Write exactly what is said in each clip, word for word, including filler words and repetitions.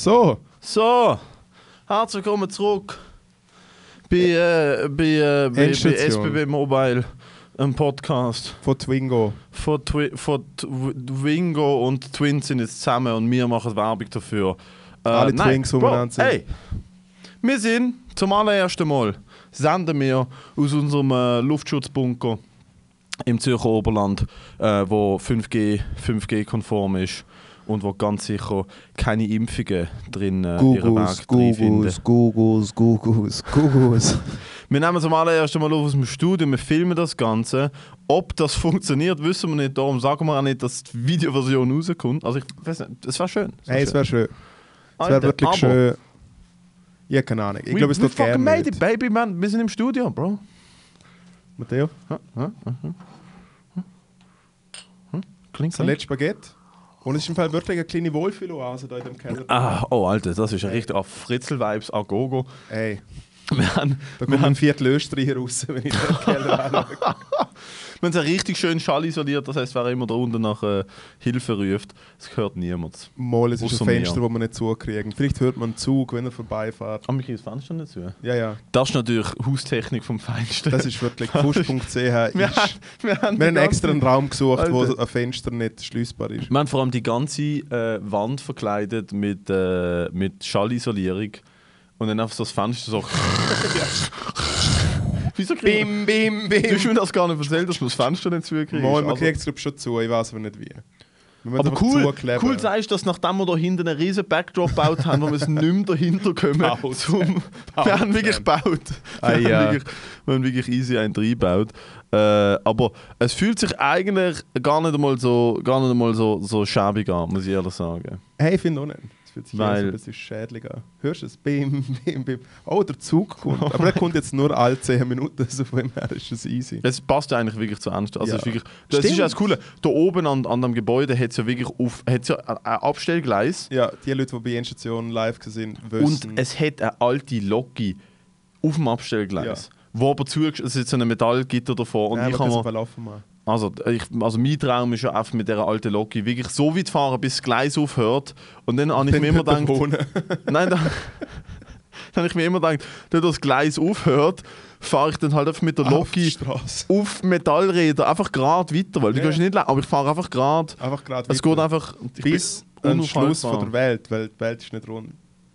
So. So, herzlich willkommen zurück bei, äh, bei, äh, bei, bei S B B Mobile, einem Podcast. Von Twingo. Von, Twi von Twingo und Twins sind jetzt zusammen und wir machen Werbung dafür. Äh, Alle nein, Twins umeinander sind. Hey, wir sind zum allerersten Mal, senden wir aus unserem äh, Luftschutzbunker im Zürcher Oberland, äh, wo fünf G konform ist. Und wo ganz sicher keine Impfungen drin äh, ihren Weg Gugus, Gugus, Gugus, Gugus. Wir nehmen zum allerersten Mal auf aus dem Studio, wir filmen das Ganze. Ob das funktioniert, wissen wir nicht. Darum sagen wir auch nicht, dass die Videoversion rauskommt. Also ich weiß nicht, es wäre schön. Es hey, wäre schön. Es wäre wirklich aber schön. Ja, keine Ahnung. Ich glaube, es tut gerne made it, baby, man. Wir sind im Studio, Bro. Matteo? Ha, ha, ha, ha. Hm? Klingt das letzte Baguette. Und es ist im Fall wirklich eine kleine Wohlfühloase da in dem Keller. Ah, oh Alter, das ist ja richtig auf Fritzel-Vibes, a Gogo. Ey, wir haben, da kommt ein Viertel Österreich raus, wenn ich den Keller anschaue. Wir haben es ja richtig schön schall isoliert, das heisst, wer immer da unten nach äh, Hilfe ruft, es hört niemand. Mal, es ist ein Fenster, das wir nicht zukriegen. Vielleicht hört man einen Zug, wenn er vorbeifährt. Ah, mich kriegt das Fenster nicht zu? Ja, ja. Das ist natürlich Haustechnik vom Feinsten. Das ist wirklich, fusch punkt c h ist... Wir, haben, wir haben, wir haben extra einen Raum gesucht, Alter, wo ein Fenster nicht schliessbar ist. Wir haben vor allem die ganze äh, Wand verkleidet mit, äh, mit Schallisolierung und dann einfach so das Fenster so... Wieso bim, bim, bim. Du hast mir das gar nicht erzählt, dass man das Fenster nicht zukriegt. Mal, man also, kriegt es schon zu, ich weiß aber nicht wie. Aber cool, cool sagst du, dass nachdem wir da hinten einen riesen Backdrop gebaut haben, wo wir es nicht mehr dahinter kommen. Zum, wir haben wirklich gebaut. Ah, wir, ja. haben wirklich, wir haben wirklich easy einen reingebaut. Äh, aber es fühlt sich eigentlich gar nicht einmal so, gar nicht einmal so, so schäbig an, muss ich ehrlich sagen. Hey, ich finde auch nicht. Fühlt sich Weil, so ein bisschen schädlich an. Hörst du es? Bim, bim, bim. Oh, der Zug kommt. Aber der kommt jetzt nur alle zehn Minuten, also von her ist es easy. Es passt ja eigentlich wirklich zu ernst. Also ja. ist wirklich, das Stimmt. ist ja das Coole. Da oben an, an dem Gebäude hat es ja wirklich auf, hat's ja ein Abstellgleis. Ja, die Leute, die bei Endstation live sind, wissen. Und es hat eine alte Loki auf dem Abstellgleis. Ja. Wo aber zu, es ist jetzt so ein Metallgitter davor. Und ja, ich kann man mir, laufen mal. Also, ich, also mein Traum ist ja einfach mit dieser alten Loki wirklich so weit fahren, bis das Gleis aufhört. Und dann habe ich mir immer gedacht... Nein, dann, dann habe ich mir immer gedacht, wenn das Gleis aufhört, fahre ich dann halt einfach mit der Loki auf, auf Metallräder einfach gerade weiter. Weil du ja. kannst nicht lang, aber ich fahre einfach gerade. Einfach gerade Es geht einfach... Bis zum Schluss von der Welt, weil die Welt ist nicht rund.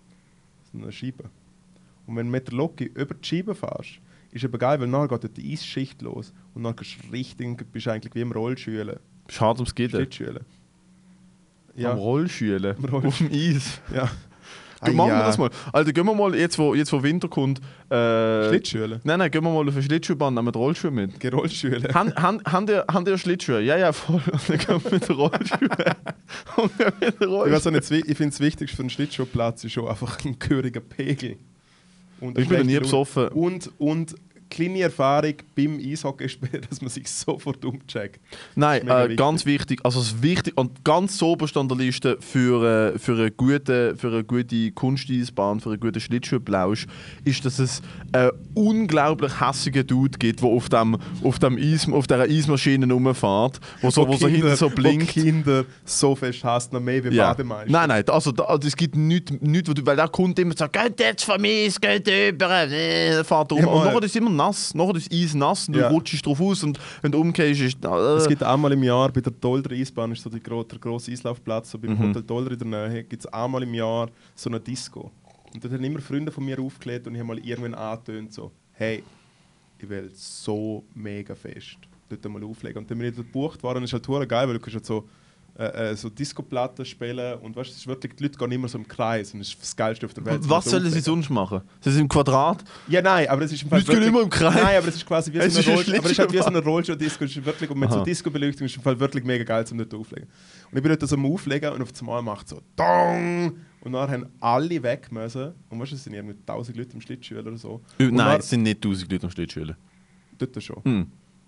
Es ist eine Scheibe. Und wenn du mit der Loki über die Scheibe fährst, ist aber geil, weil nachher geht die Eisschicht los und dann bist du richtig, bist du eigentlich wie im Rollschülen. Bist hart ums Gitter. Schlittschulen. Ja. Am Rollschülen? Auf dem Eis? Ja. Ah, machen wir das mal. Also gehen wir mal, jetzt wo, jetzt wo Winter kommt... Äh, Schlittschulen? Nein, nein, gehen wir mal auf eine Schlittschuhbahn, nehmen die Rollschuhe mit. Geh Rollschuhe. Han, han, haben ihr, haben ihr Schlittschuhe? Ja, ja, voll. Und dann gehen wir mit den Rollschuhen. mit den Rollschuhen. Ich, ich finde, das Wichtigste für einen Schlittschuhplatz ist schon einfach ein gehöriger Pegel. Und ich bin nie besoffen. Und, und kleine Erfahrung beim Eishockeyspielen, dass man sich sofort umcheckt. Nein, äh, ganz wichtig, also das wichtig und ganz oberst an der Liste für, äh, für, eine gute, für eine gute Kunsteisbahn, für einen guten Schlittschuhplausch, ist, dass es einen unglaublich hässigen Dude gibt, der auf, dem, auf, dem Eis, auf dieser Eismaschine rumfährt, wo so, wo so hinten so blinkt. Wo Kinder so fest hasst, noch mehr wie ja. Bademeister. Nein, nein, also, also es gibt nichts, nichts, weil der kommt immer und sagt, geht jetzt von mir, es geht über, äh, fährt rum. Ja, und nachher ist es immer nass, nachher ist das Eis nass und du ja. rutschst drauf aus und wenn du umgehst ist... Äh. Es gibt einmal im Jahr, bei der Dolder Eisbahn ist so die, der grosse Eislaufplatz, so beim Mhm. Hotel Dolder in der Nähe, gibt es einmal im Jahr so eine Disco. Und dort haben immer Freunde von mir aufgelegt und ich habe mal irgendwann angetönt so, hey, ich will so mega fest dort mal auflegen. Und dann bin ich dort gebucht worden, ist halt total geil, weil du kannst halt so Äh, so Disco-Platten spielen und weißt, es ist wirklich, die Leute gehen immer so im Kreis und das ist das Geilste auf der Welt. Was sollen sie sonst machen? Sie sind im Quadrat? Ja, nein, aber es ist im Fall wirklich... immer im Kreis? Nein, aber es ist quasi wie so eine Rollschuh, aber es ist halt wie so eine Rollschuh-Disco wirklich, und mit Aha. so Disco-Beleuchtung ist es im Fall wirklich mega geil, um dort aufzulegen. Und ich bin dort so am Auflegen und auf einmal macht so Dong! Und dann haben alle weg müssen. Und weißt du, es sind irgendwie tausend Leute im Schlittschuh oder so. Äh, nein, es sind nicht tausend Leute am Schlittschuh. Dort schon. Hm.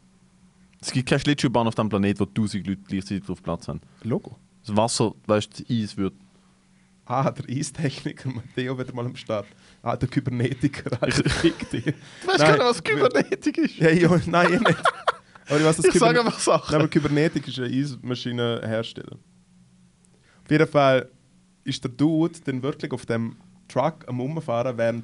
Es gibt keine Schlittschuhbahn auf dem Planeten, wo tausend Leute gleichzeitig drauf Platz haben. Logo. Das Wasser, weißt du, das Eis wird... Ah, der Eistechniker, Matteo wieder mal am Start. Ah, der Kybernetiker, Alter, fick dich. Du weißt gar nicht, was Kybernetik ist. Ja, ja, nein, ich nicht. Aber ich, weiss, ich sage einfach Sachen. Nein, aber Kybernetik ist ein Eismaschinenhersteller. Auf jeden Fall ist der Dude dann wirklich auf dem Truck am Rumfahren, während,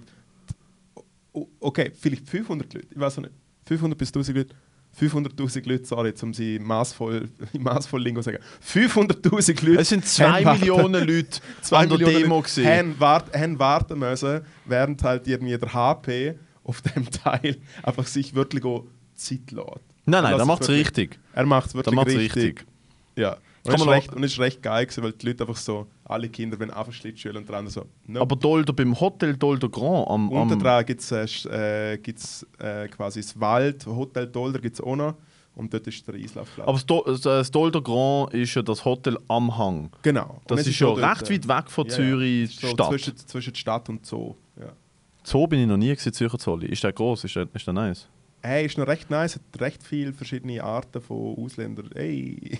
okay, vielleicht fünfhundert Leute, ich weiß nicht, fünfhundert bis tausend Leute, fünfhunderttausend Leute, sorry, um sie maßvoll, maßvoll Lingo zu sagen, fünfhunderttausend Leute. Es sind zwei Millionen Leute zwei an der Millionen Demo Leute gesehen. haben, wart, haben warten müssen, während halt irgendwie der H P auf dem Teil einfach sich wirklich auch Zeit lässt. Nein, nein, Er der macht es wirklich- richtig. Er macht es Der wirklich macht's richtig. richtig. Ja. Und Kann es ist, man recht, und es ist recht geil gewesen, weil die Leute einfach so, alle Kinder wenn einfach Schlittschuhe und der andere so, no. Aber Dolder beim Hotel Dolder Grand am, Unten am dran gibt es äh, gibt's, äh, quasi das Wald, Hotel Dolder gibt es auch noch und dort ist der Eislaufplatz. aber das, Do das Dolder Grand ist ja das Hotel am Hang. Genau. Und Das es ist ja auch dort, recht äh, weit weg von ja, ja. Zürich Ist so Stadt. Zwischen, zwischen Stadt und Zoo. Ja. Zoo bin ich noch nie gewesen, Zürcher Zolli. Ist der groß? Ist der, ist der nice? Hey, ist noch recht nice, hat recht viele verschiedene Arten von Ausländern. Hey,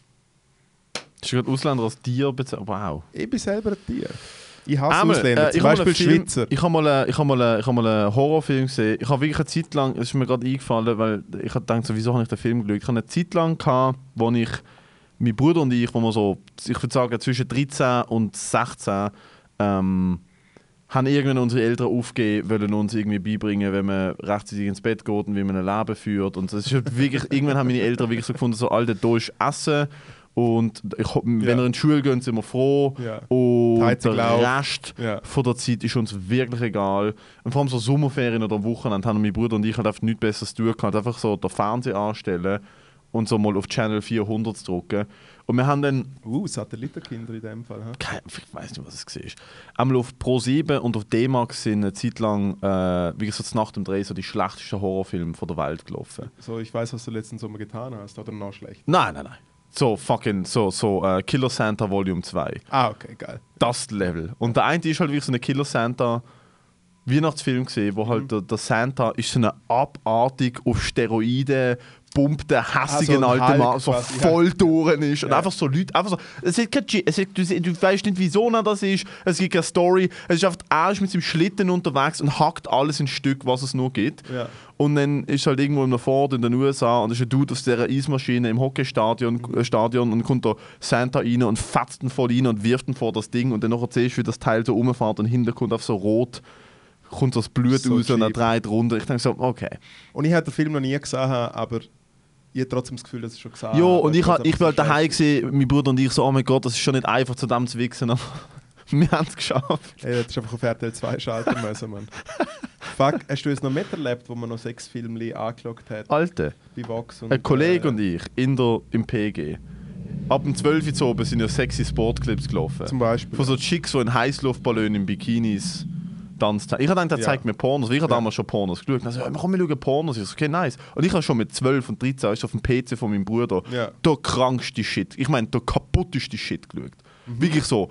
Ist gerade Ausländer als Tier bezeichnet? Wow. ich bin selber ein Tier. Ich hasse Einmal, Ausländer, äh, zum ich habe mal Beispiel einen Film- Schweizer. Ich habe mal, äh, ich habe mal, äh, ich habe mal einen Horrorfilm gesehen. Ich habe wirklich eine Zeit lang, es ist mir gerade eingefallen, weil ich habe gedacht, so, wieso habe ich den Film geschaut? Ich habe eine Zeit lang gehabt, wo ich, mein Bruder und ich, wo wir so, ich würde sagen, zwischen dreizehn und sechzehn, ähm, haben irgendwann unsere Eltern aufgegeben, wollen uns irgendwie beibringen, wenn man rechtzeitig ins Bett geht und wie man ein Leben führt. Und das ist halt wirklich, irgendwann haben meine Eltern wirklich so gefunden, so, Alter, da ist Essen. Und ich, wenn Ja. wir in die Schule gehen, sind wir froh. Ja. Und Heizung der läuft. Rest Ja. von der Zeit ist uns wirklich egal. Und vor allem so Sommerferien oder am Wochenende haben mein Bruder und ich halt einfach nichts Besseres zu tun gehabt. Einfach so den Fernseher anstellen und so mal auf Channel vierhundert zu drücken. Und wir haben dann, Uh, Satellitenkinder in dem Fall. Huh? kein, ich weiß nicht, was es war, einmal auf Pro sieben und auf D-Max sind eine Zeit lang, äh, wie gesagt, nach dem Dreh, so die schlechtesten Horrorfilme von der Welt gelaufen. So, ich weiß, was du letzten Sommer getan hast, oder noch schlecht? Nein, nein, nein. So fucking, so, so äh, Killer Santa Volume zwei. Ah, okay, geil. Das Level. Und der eine ist halt wirklich so eine Killer Santa Weihnachtsfilm gesehen, wo halt der, der Santa ist so eine abartig auf Steroiden pumpte, hässigen Ah, so ein alter Hulk Mann, so quasi, voll ja. durch ist. Und Ja. einfach so Leute, einfach so, es ist kein G- es ist, du, du weißt nicht, wieso er das ist, es gibt keine Story, es ist einfach, er ist mit seinem Schlitten unterwegs und hackt alles in Stück, was es nur gibt. Ja. Und dann ist halt irgendwo in der Ford in den U S A und ist ein Dude aus dieser Eismaschine im Hockeystadion äh, Stadion und kommt da Santa rein und fetzt ihn voll rein und wirft ihn vor das Ding und dann nachher siehst du, wie das Teil so rumfährt und hinten kommt auf so rot, kommt das Blut So raus und er cheap. dreht runter. Ich denke so, okay. Und ich habe den Film noch nie gesehen, aber ich habe trotzdem das Gefühl, dass ich schon gesehen Ja, habe. und ich, Weil ha- es ich war halt einfach so daheim gesehen, mein Bruder und ich so, oh mein Gott, das ist schon nicht einfach, zu dem zu wichsen, aber wir haben es geschafft. Ey, das ist einfach auf R T L zwei schalten müssen, Mann. Fuck, hast du es noch miterlebt, wo man noch sechs Filme angeschaut hat? Alter, Bei Vox und, ein Kollege äh, und ich in der, im P G. Ab dem zwölf Uhr zu oben sind ja sexy Sportclips gelaufen. Zum Beispiel. Von so Chicks, die in Heißluftballonen in Bikinis tanzt haben. Ich habe gedacht, der Ja. zeigt mir Pornos. weil Ich habe Ja. damals schon Pornos geschaut. Also, komm, wir schauen Pornos. Ich so, okay, nice. Und ich habe schon mit zwölf und dreizehn weißt du, auf dem P C von meinem Bruder Ja. der krankste Shit. Ich meine, der kaputteste Shit geschaut. Mhm. Wirklich so.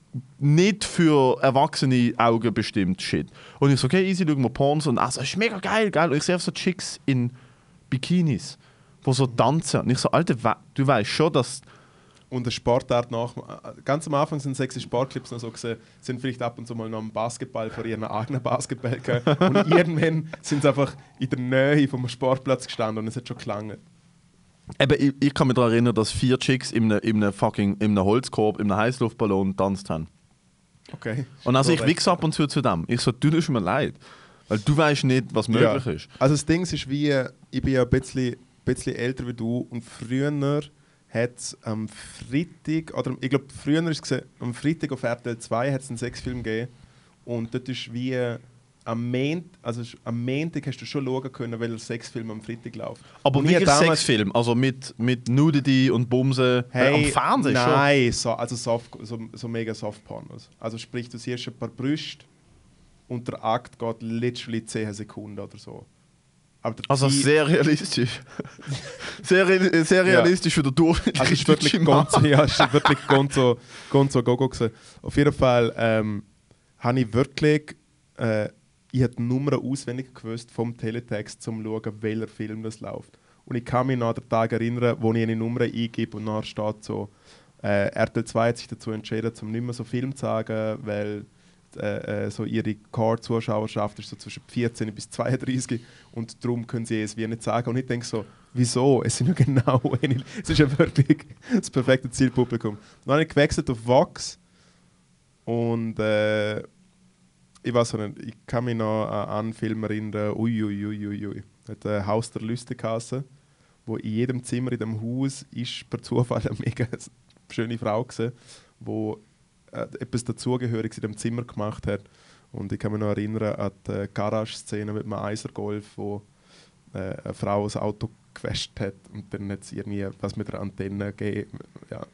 Nicht für erwachsene Augen bestimmt Shit. Und ich so, okay, easy, schauen wir Pornos. Und also, es ist mega geil, geil. Und ich sehe so Chicks in Bikinis, die so tanzen. Und ich so, Alter, we du weißt schon, dass Und eine Sportart nach. Ganz am Anfang sind sechs Sportclips noch so gesehen, sind vielleicht ab und zu mal noch am Basketball vor ihren eigenen Basketball gegangen. Und irgendwann sind sie einfach in der Nähe vom Sportplatz gestanden und es hat schon gelangt. Eben, ich, ich kann mich daran erinnern, dass vier Chicks in einem, in einem fucking in einem Holzkorb, in einem Heißluftballon getanzt haben. Okay. Und also ich Korrekt. wichse ab und zu zu dem. Ich so, du tust mir leid. Weil du weißt nicht, was möglich Ja. ist. Also das Ding ist wie, ich bin ja ein bisschen, bisschen älter wie du und früher hat es am Freitag, oder ich glaube früher ist es gesehen, am Freitag auf R T L zwei hat es einen Sexfilm gegeben und dort ist wie am Montag, also am Montag hast du schon schauen können, welcher Sexfilm am Freitag läuft. Aber Und ich wirklich hab damals- Sexfilm, also mit, mit Nudity und Bumsen Hey, äh, am Fernsehen schon. nein, so, also soft, so, so mega Softpornos. Also sprich, du siehst ein paar Brüste und der Akt geht literally zehn Sekunden oder so. Aber der Also Zeit- sehr realistisch. sehr, re- sehr Ja. realistisch für den durchschnittlichen Also es ist wirklich deutschen Mann. ganz, ja, es ist wirklich ganz so, ganz so go-go gewesen. Auf jeden Fall ähm, habe ich wirklich, äh, ich habe die Nummer auswendig gewusst vom Teletext, um zu schauen, welcher Film das läuft. Und ich kann mich noch an den Tag erinnern, wo ich eine Nummer eingebe und nachher steht so, äh, R T L zwei hat sich dazu entschieden, um nicht mehr so Film zu sagen, weil äh, äh, so ihre Core-Zuschauerschaft ist so zwischen vierzehn bis zweiunddreißig und darum können sie es wie nicht sagen. Und ich denke so, wieso? Es sind ja genau, es ist ja wirklich das perfekte Zielpublikum. Dann habe ich gewechselt auf Vox Und äh, ich weiß nicht, ich kann mich noch an einen Film erinnern, uiuiuiui, ui, ui, ui. Hat ein Haus der Lüste geheißen, wo in jedem Zimmer in dem Haus ist per Zufall eine mega schöne Frau gewesen, die äh, etwas Dazugehöriges in dem Zimmer gemacht hat. Und ich kann mich noch erinnern an die Garage-Szene mit einem Eisergolf, wo äh, eine Frau das Auto gewäscht hat und dann hat sie irgendwie was mit der Antenne gegeben. Ja.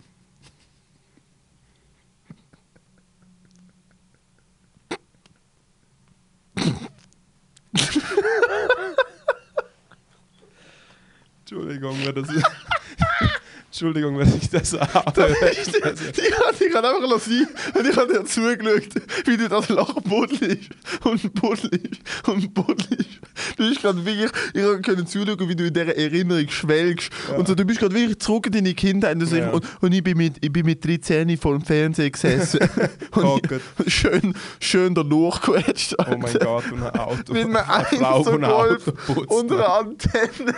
Entschuldigung, wer das Entschuldigung, wenn ich das anhöre. Ich kann einfach lassen und ich habe dir zugeschaut, wie du das Lachen buddelst und buddelst und buddelst. Du bist gerade wirklich, ich konnte zuschauen, wie du in dieser Erinnerung schwelgst. Ja. Und so, du bist gerade wirklich zurück in deine Kindheit. Und, so, ja. und, und ich bin mit, ich bin mit dreizehn vor dem Fernseher gesessen. und oh ich, schön, schön da durchgequetscht. Oh mein Gott, und ein Auto. Mit einem Einser-Golf und einer Antenne.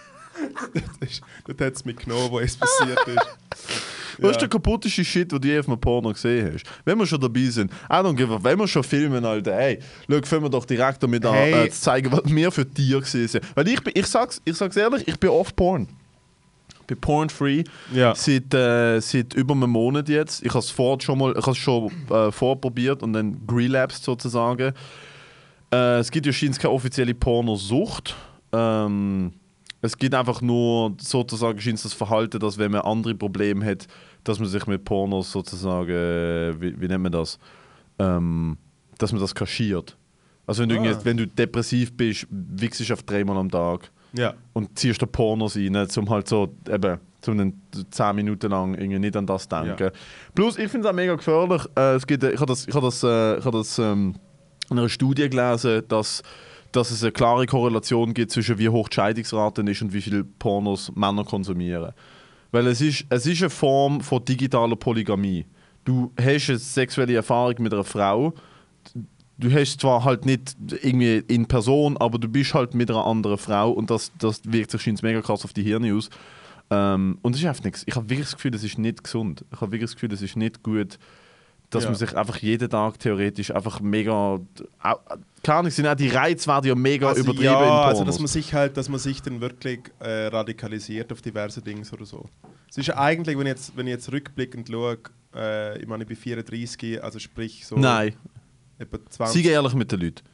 Dort hat es mich genommen, wo es passiert ist. Ja. Was ist der kaputteste Shit, den du je auf einem Porno gesehen hast? Wenn wir schon dabei sind, I don't give a, wenn wir schon filmen, Alter, hey, schau, fangen wir doch direkt damit an, hey. äh, zu zeigen, was wir für Tiere gesehen sind. Weil ich, bin, ich, sag's, ich sag's ehrlich, ich bin off-porn. Ich bin porn-free ja. seit, äh, seit über einem Monat jetzt. Ich habe es vor, schon mal, ich schon äh, vorprobiert und dann relapsed sozusagen. Äh, es gibt ja scheinbar keine offizielle Pornosucht. Ähm, Es gibt einfach nur sozusagen das Verhalten, dass wenn man andere Probleme hat, dass man sich mit Pornos sozusagen, äh, wie, wie nennt man das, ähm, dass man das kaschiert. Also wenn du, ah. wenn du depressiv bist, wichst du auf dreimal am Tag ja. und ziehst da Pornos rein, um halt so eben um zehn Minuten lang irgendwie nicht an das zu denken. Ja. Plus, ich finde es auch mega gefährlich. Äh, es gibt, ich habe das, ich hab das, äh, ich hab das ähm, in einer Studie gelesen, dass dass es eine klare Korrelation gibt zwischen wie hoch die Scheidungsrate ist und wie viele Pornos Männer konsumieren. Weil es ist, es ist eine Form von digitaler Polygamie. Du hast eine sexuelle Erfahrung mit einer Frau, du hast zwar halt nicht irgendwie in Person, aber du bist halt mit einer anderen Frau und das, das wirkt sich scheinbar mega krass auf die Hirne aus. Ähm, und es ist einfach nichts. Ich habe wirklich das Gefühl, das ist nicht gesund. Ich habe wirklich das Gefühl, das ist nicht gut, dass ja. man sich einfach jeden Tag theoretisch einfach mega... Keine Ahnung, sind auch die Reize werden ja mega also übertrieben ja, in Pornos. Also dass man sich halt, dass man sich dann wirklich äh, radikalisiert auf diverse Dinge oder so. Es ist ja eigentlich, wenn ich jetzt, wenn ich jetzt rückblickend schaue, äh, ich meine, ich bin vierunddreißig, also sprich so... Nein. Etwa zwanzig. Sei ehrlich mit den Leuten.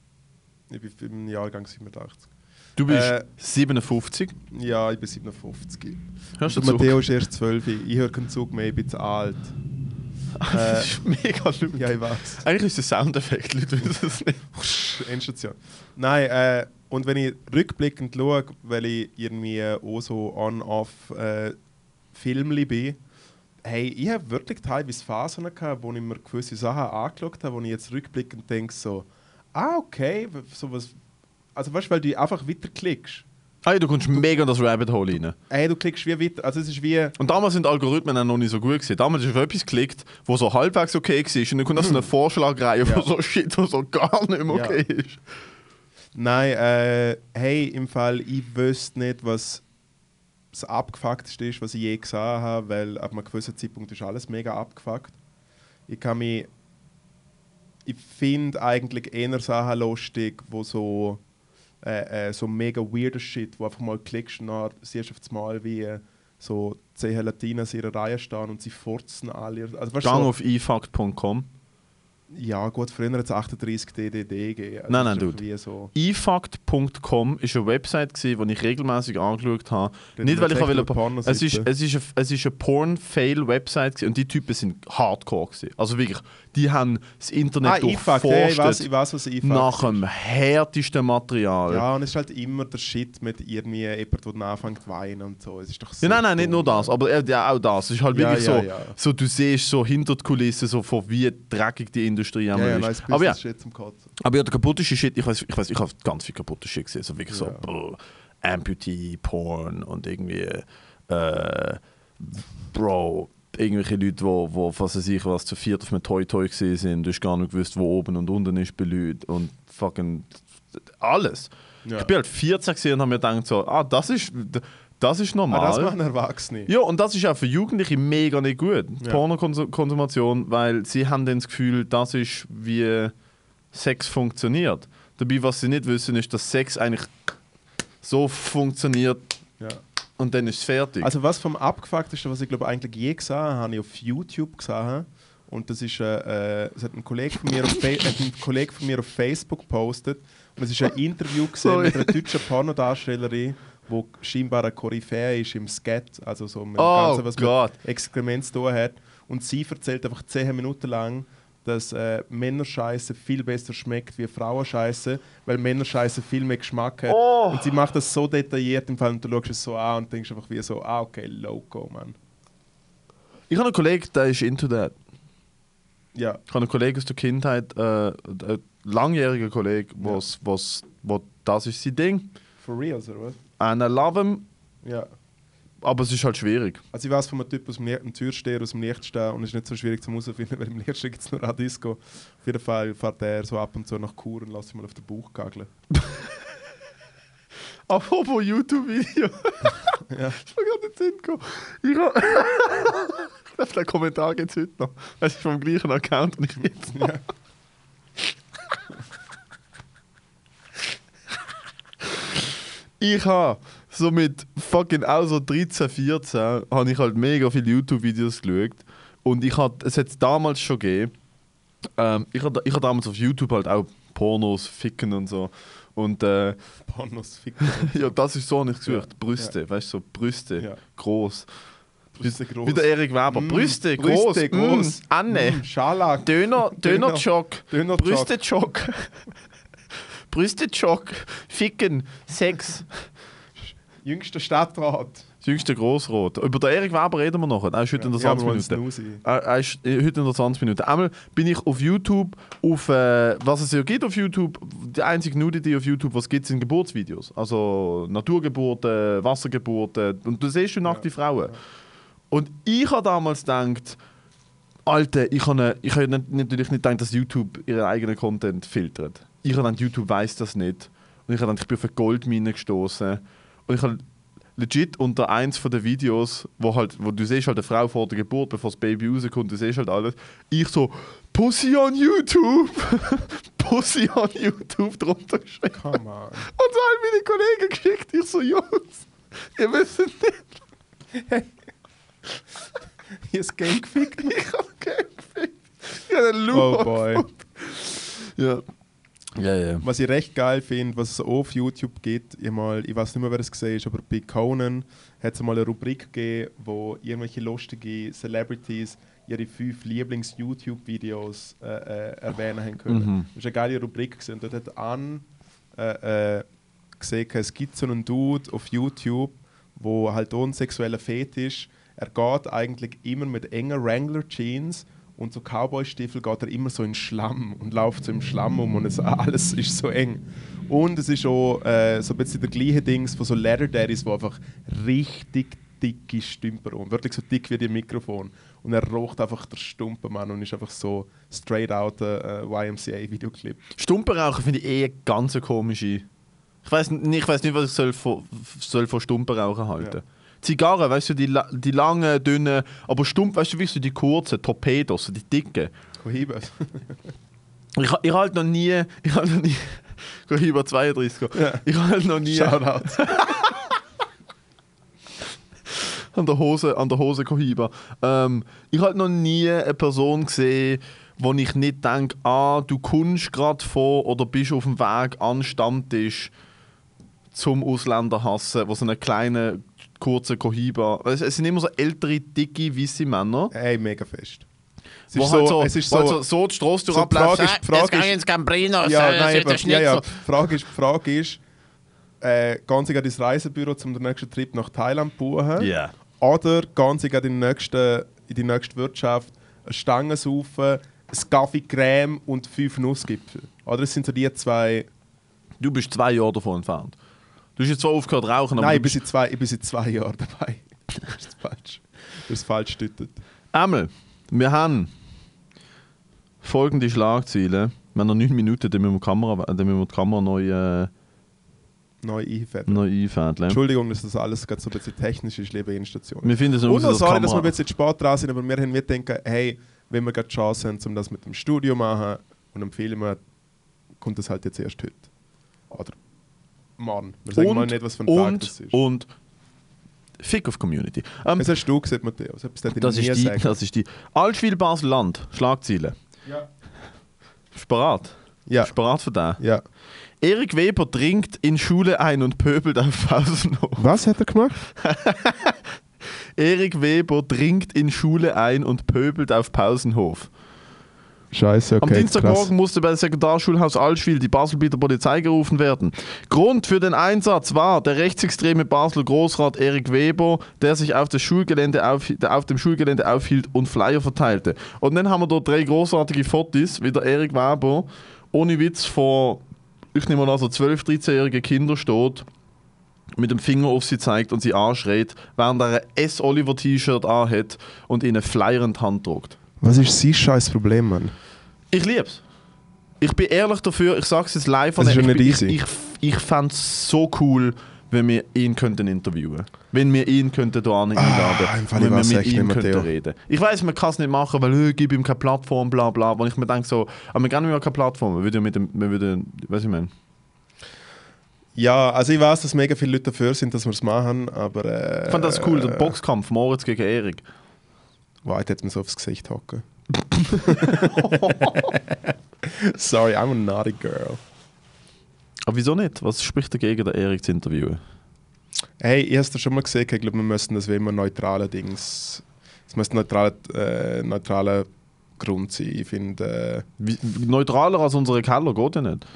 Ich bin im Jahrgang siebenundachtzig. Du bist äh, siebenundfünfzig? Ja, ich bin siebenundfünfzig. Hörst du Und Matteo ist erst zwölf. Ich höre keinen Zug mehr, ich bin zu alt. Das ist mega schlimm. Ja, ich weiß. Eigentlich ist es ein Soundeffekt, Leute wissen es nicht. Endstation. Nein, äh, und wenn ich rückblickend schaue, weil ich irgendwie auch so on-off äh, Filmli bin, hey, ich habe wirklich teilweise Phasen gehabt, wo ich mir gewisse Sachen angeschaut habe, wo ich jetzt rückblickend denke so, ah, okay, sowas. Also weißt du, weil du einfach weiterklickst. Hey, du kommst mega in das Rabbit Hole rein. Hey, du klickst wie weiter. Also es ist wie... Und damals sind die Algorithmen auch noch nicht so gut gewesen. Damals hast du auf etwas geklickt, wo so halbwegs okay war und dann kommt so eine Vorschlagreihe, ja. wo so Shit, wo so gar nicht mehr okay ja. ist. Nein, äh, hey, im Fall, ich wüsste nicht, was das Abgefuckteste ist, was ich je gesehen habe, weil ab einem gewissen Zeitpunkt ist alles mega abgefuckt. Ich kann mich... Ich finde eigentlich eher Sachen lustig, wo so... Äh, äh, so mega weirder Shit, wo einfach mal klickst und dann siehst du auf das Mal, wie äh, so zehn Latinas in ihrer Reihe stehen und sie furzen alle. Also, Gang so, auf i fucked punkt com. Ja gut, früher hat es achtunddreißig D D D gegeben. Also nein, nein, dude. So i fucked punkt com war eine Website, die ich regelmäßig angeschaut habe. Nicht, weil ich will, es ist es ist eine, es ist eine Porn-Fail-Website und die Typen sind hardcore gewesen. Also wirklich, die haben das Internet ah, durchforstet ja, ich weiß, ich weiß, was I fucked nach dem härtesten Material. Ja, und es ist halt immer der Shit mit irgendwie jemand, der anfängt zu weinen und so. Es ist doch so ja, nein, nein, dumm, nicht nur das, aber äh, ja, auch das. Es ist halt ja, wirklich ja, so, ja. so, du siehst so hinter die Kulissen so von wie dreckig die Industrie ja, ja, nice aber ja, Shit zum Kotzen. Aber ja, der kaputteste Shit, ich weiß, ich weiß, ich habe ganz viel kaputte Shit gesehen, so wirklich ja. so brr, Amputee, Porn und irgendwie äh, Bro, irgendwelche Leute, wo, wo was weiß ich, was zu viert auf einem Toy Toy gesehen sind, du hast gar nicht gewusst, wo oben und unten ist bei Leuten und fucking alles. Ja. Ich bin halt vierzehn gesehen und habe mir gedacht so, ah, das ist Das ist normal. Ah, das machen Erwachsene. Ja, und das ist auch für Jugendliche mega nicht gut. Ja. Pornokonsumation, weil sie haben dann das Gefühl, das ist, wie Sex funktioniert. Dabei, was sie nicht wissen, ist, dass Sex eigentlich so funktioniert Ja. und dann ist es fertig. Also was vom abgefucktesten, was ich glaube eigentlich je gesehen habe, habe ich auf YouTube gesehen. Und das ist, äh, äh, das hat ein Kollege von mir auf, Fa- hat ein Kollege von mir auf Facebook gepostet. Und es ist ein Interview gesehen mit einer deutschen Pornodarstellerin, die scheinbar eine Koryphäe ist im Skat, also so mit dem Oh Ganzen, was Gott. mit Exkrement zu tun hat. Und sie erzählt einfach zehn Minuten lang, dass äh, Männerscheiße viel besser schmeckt wie Frauenscheiße, weil Männerscheiße viel mehr Geschmack hat. Oh. Und sie macht das so detailliert im Fall und du schaust es so an und denkst einfach wie so, ah okay, Loco, Mann. Ich habe einen Kollegen, der ist into that. Ja, Ich habe einen Kollegen aus der Kindheit, äh, ein langjähriger Kollege, was, was, wo das ist sein Ding. for real, oder was? And I love him, Ja. aber es ist halt schwierig. Also ich weiß von einem Typ aus dem Licht, einem Türsteher aus dem Lichtstehen und es ist nicht so schwierig zu herausfinden, weil im Lichtstehen gibt es nur eine Disco. Auf jeden Fall fährt er so ab und zu nach Chur und lässt sich mal auf den Bauch gageln. Apropos YouTube-Video. Ja. Ich war gerade nicht hingekommen. Ich habe... ich glaube, den Kommentar gibt es heute noch. Es ist vom gleichen Account und ich jetzt noch. Ja. Ich habe so mit fucking auch so dreizehn, vierzehn habe ich halt mega viele YouTube-Videos geschaut. Und ich hatte, es hat es damals schon gegeben. Ähm, ich habe ich hab damals auf YouTube halt auch Pornos, Ficken und so. Und äh, Pornos, Ficken. ja, das ist so nicht gesucht. Ja. Brüste, Ja. weißt du, so Brüste, Ja. groß. Brüste groß. Wie der Erik Weber. Mm, Brüste, Brüste groß. groß. Mm, Anne. Mm, Scharlag. Döner, Döner. Döner-Jock. Döner-Jock. Brüste-Jock. Brüste-Jock. Ficken. Sex. Jüngster Stadtrat. Das jüngste Grossrot. Über den Erik Weber reden wir noch. Er ist heute in der Ja, zwanzig aber Minuten. mal Snoozy. Er, er ist äh, heute in der zwanzig Minuten. Einmal bin ich auf YouTube, auf äh, was es ja gibt auf YouTube, die einzige Nudity auf YouTube, was gibt, sind Geburtsvideos. Also Naturgeburten, Wassergeburten und du siehst schon nackte Ja. Frauen. Und ich habe damals gedacht, Alter, ich habe ich hab nicht, natürlich nicht gedacht, dass YouTube ihren eigenen Content filtert. Ich habe gedacht, YouTube weiss das nicht. Und ich habe gedacht, ich bin auf eine Goldmine gestoßen. Und ich habe legit unter eins von den Videos, wo, halt, wo du siehst halt eine Frau vor der Geburt, bevor das Baby rauskommt, du siehst halt alles. Ich so, Pussy on YouTube! Pussy on YouTube drunter geschrieben. Come on. Und so haben meine Kollegen geschickt. Ich so, Jungs, ihr wisst nicht. Hier ist Game gefickt. Ich hab Game gefickt. Ich hab einen Oh Loop. boy. Ja. Ja, ja. Was ich recht geil finde, was es auch auf YouTube gibt, ich, mal, ich weiß nicht mehr, wer es gesehen ist, aber bei Conan hat es mal eine Rubrik gegeben, wo irgendwelche lustige Celebrities ihre fünf Lieblings-YouTube-Videos äh, äh, erwähnen haben können. Mhm. Das war eine geile Rubrik gewesen. Und dort hat Anne äh, äh, gesehen, es gibt so einen Dude auf YouTube, wo halt auch ein sexueller Fetisch. Er geht eigentlich immer mit engen Wrangler-Jeans und so Cowboy-Stiefel geht er immer so in den Schlamm und läuft so im Schlamm um und es, alles ist so eng. Und es ist auch äh, so ein bisschen der gleiche Dings von so Leather Daddies, die einfach richtig dicke Stümper haben. Wirklich so dick wie die Mikrofon. Und er raucht einfach der Stumpen, Mann, und ist einfach so straight out äh, Y M C A-Videoclip. Stumpenrauchen finde ich eh eine ganz komische. Ich weiß nicht, was ich soll von, soll von Stumpenrauchen halten. Ja. Zigarren, weißt du, die, la- die langen, dünnen, aber stumpf, weißt du, wie so die kurzen Torpedos, so die dicken. Cohiba. Ich, ich halt noch nie, ich halt noch nie, Cohiba zweiunddreißig, Ja. ich halt noch nie Shoutout. an der Hose, an der Hose Cohiba. Ähm, ich habe noch nie eine Person gesehen, wo ich nicht denke, ah, du kommst gerade vor oder bist auf dem Weg an den Stammtisch zum Ausländer hassen, wo so eine kleine, kurze Cohiba. Es, es sind immer so ältere, dicke, weiße Männer. Hey, mega fest. Es Wo ist halt so, so, es ist wo halt so, so, so die Strasse so die durchabläufst. Frage ist- die Frage Jetzt geh ist- ins Cambrinos, ja, äh, nein, sind aber, das ja, ja. Schnitzel. Die Frage ist, die Frage ist äh, ganz egal ins Reisebüro, um den nächsten Trip nach Thailand zu buchen. Ja. Oder ganz egal in, den nächsten, in die nächste Wirtschaft eine Stange saufen, ein Kaffee Creme und fünf Nussgipfel. Oder das sind so die zwei... Du bist zwei Jahre davon entfernt. Du hast jetzt zwar aufgehört zu rauchen, aber Nein, ich du bin, seit zwei, ich bin seit zwei Jahren dabei. Das ist falsch. Das ist falsch gedeutet. Einmal, wir haben folgende Schlagziele. Wir haben noch neun Minuten, dann müssen wir die Kamera, dann müssen wir die Kamera neu, äh, neu einfädeln. Neu einfädeln. Entschuldigung, dass das alles gerade so ein bisschen technisch ist, liebe Endstation. Wir finden es Und noch sorry, dass wir Kamera. ein bisschen spät dran sind, aber wir haben wir denken, hey, wenn wir gerade die Chance haben, um das mit dem Studio zu machen und empfehlen wir, kommt das halt jetzt erst heute. Oder morgen. Wir sagen und, mal nicht, was für ein und, Tag das ist. Und Fick auf Community. Ähm, Was hast du gesagt, Matthäus? Das, das, ist die, das ist die Altschwil Basel-Land. Schlagziele. Ja. Bist du bereit? Ja. Bist du bereit für den? Ja. Erik Weber dringt in Schule ein und pöbelt auf Pausenhof. Was hat er gemacht? Erik Weber dringt in Schule ein und pöbelt auf Pausenhof. Scheiße, okay. Am Dienstagmorgen krass. musste bei dem Sekundarschulhaus Altschwil die Baselbieter Polizei gerufen werden. Grund für den Einsatz war der rechtsextreme Basler Großrat Erik Weber, der sich auf, das Schulgelände auf, auf dem Schulgelände aufhielt und Flyer verteilte. Und dann haben wir dort drei großartige Fotos, wie der Erik Weber ohne Witz vor, ich nehme mal also zwölf-, dreizehnjährige Kinder steht, mit dem Finger auf sie zeigt und sie anschreit, während er ein S-Oliver-T-Shirt anhat und ihnen Flyer in die Hand drückt. Was ist sein scheiß Problem, Mann? Ich lieb's. Ich bin ehrlich dafür, ich sag's jetzt live. Das ist schon ich, nicht bin- easy. Ich, ich, ich fände es so cool, wenn wir ihn könnten interviewen. Wenn wir ihn könnten hier einladen. Ah, im Fall, wenn ich wir weiß mit echt ihm nicht, könnten Matteo. reden. Ich weiss, man kann es nicht machen, weil äh, gib ihm keine Plattform, bla bla. Und ich mir denke so, aber wir geben ihm ja keine Plattform. Wir würden mit dem, wir würden, weißt du, ich meine. Ja, also ich weiß, dass mega viele Leute dafür sind, dass wir es machen, aber... Äh, Ich fand das cool, der Boxkampf Moritz gegen Erik. Wow, jetzt hätte man so aufs Gesicht hocken. Sorry, I'm a naughty girl. Aber wieso nicht? Was spricht dagegen, den Erik zu interviewen? Hey, ich habe es schon mal gesehen, ich glaube, wir müssen das wie immer neutrale Dings... Es muss ein neutraler, äh, neutraler Grund sein. Ich finde... Äh, Wie, neutraler als unsere Keller geht ja nicht.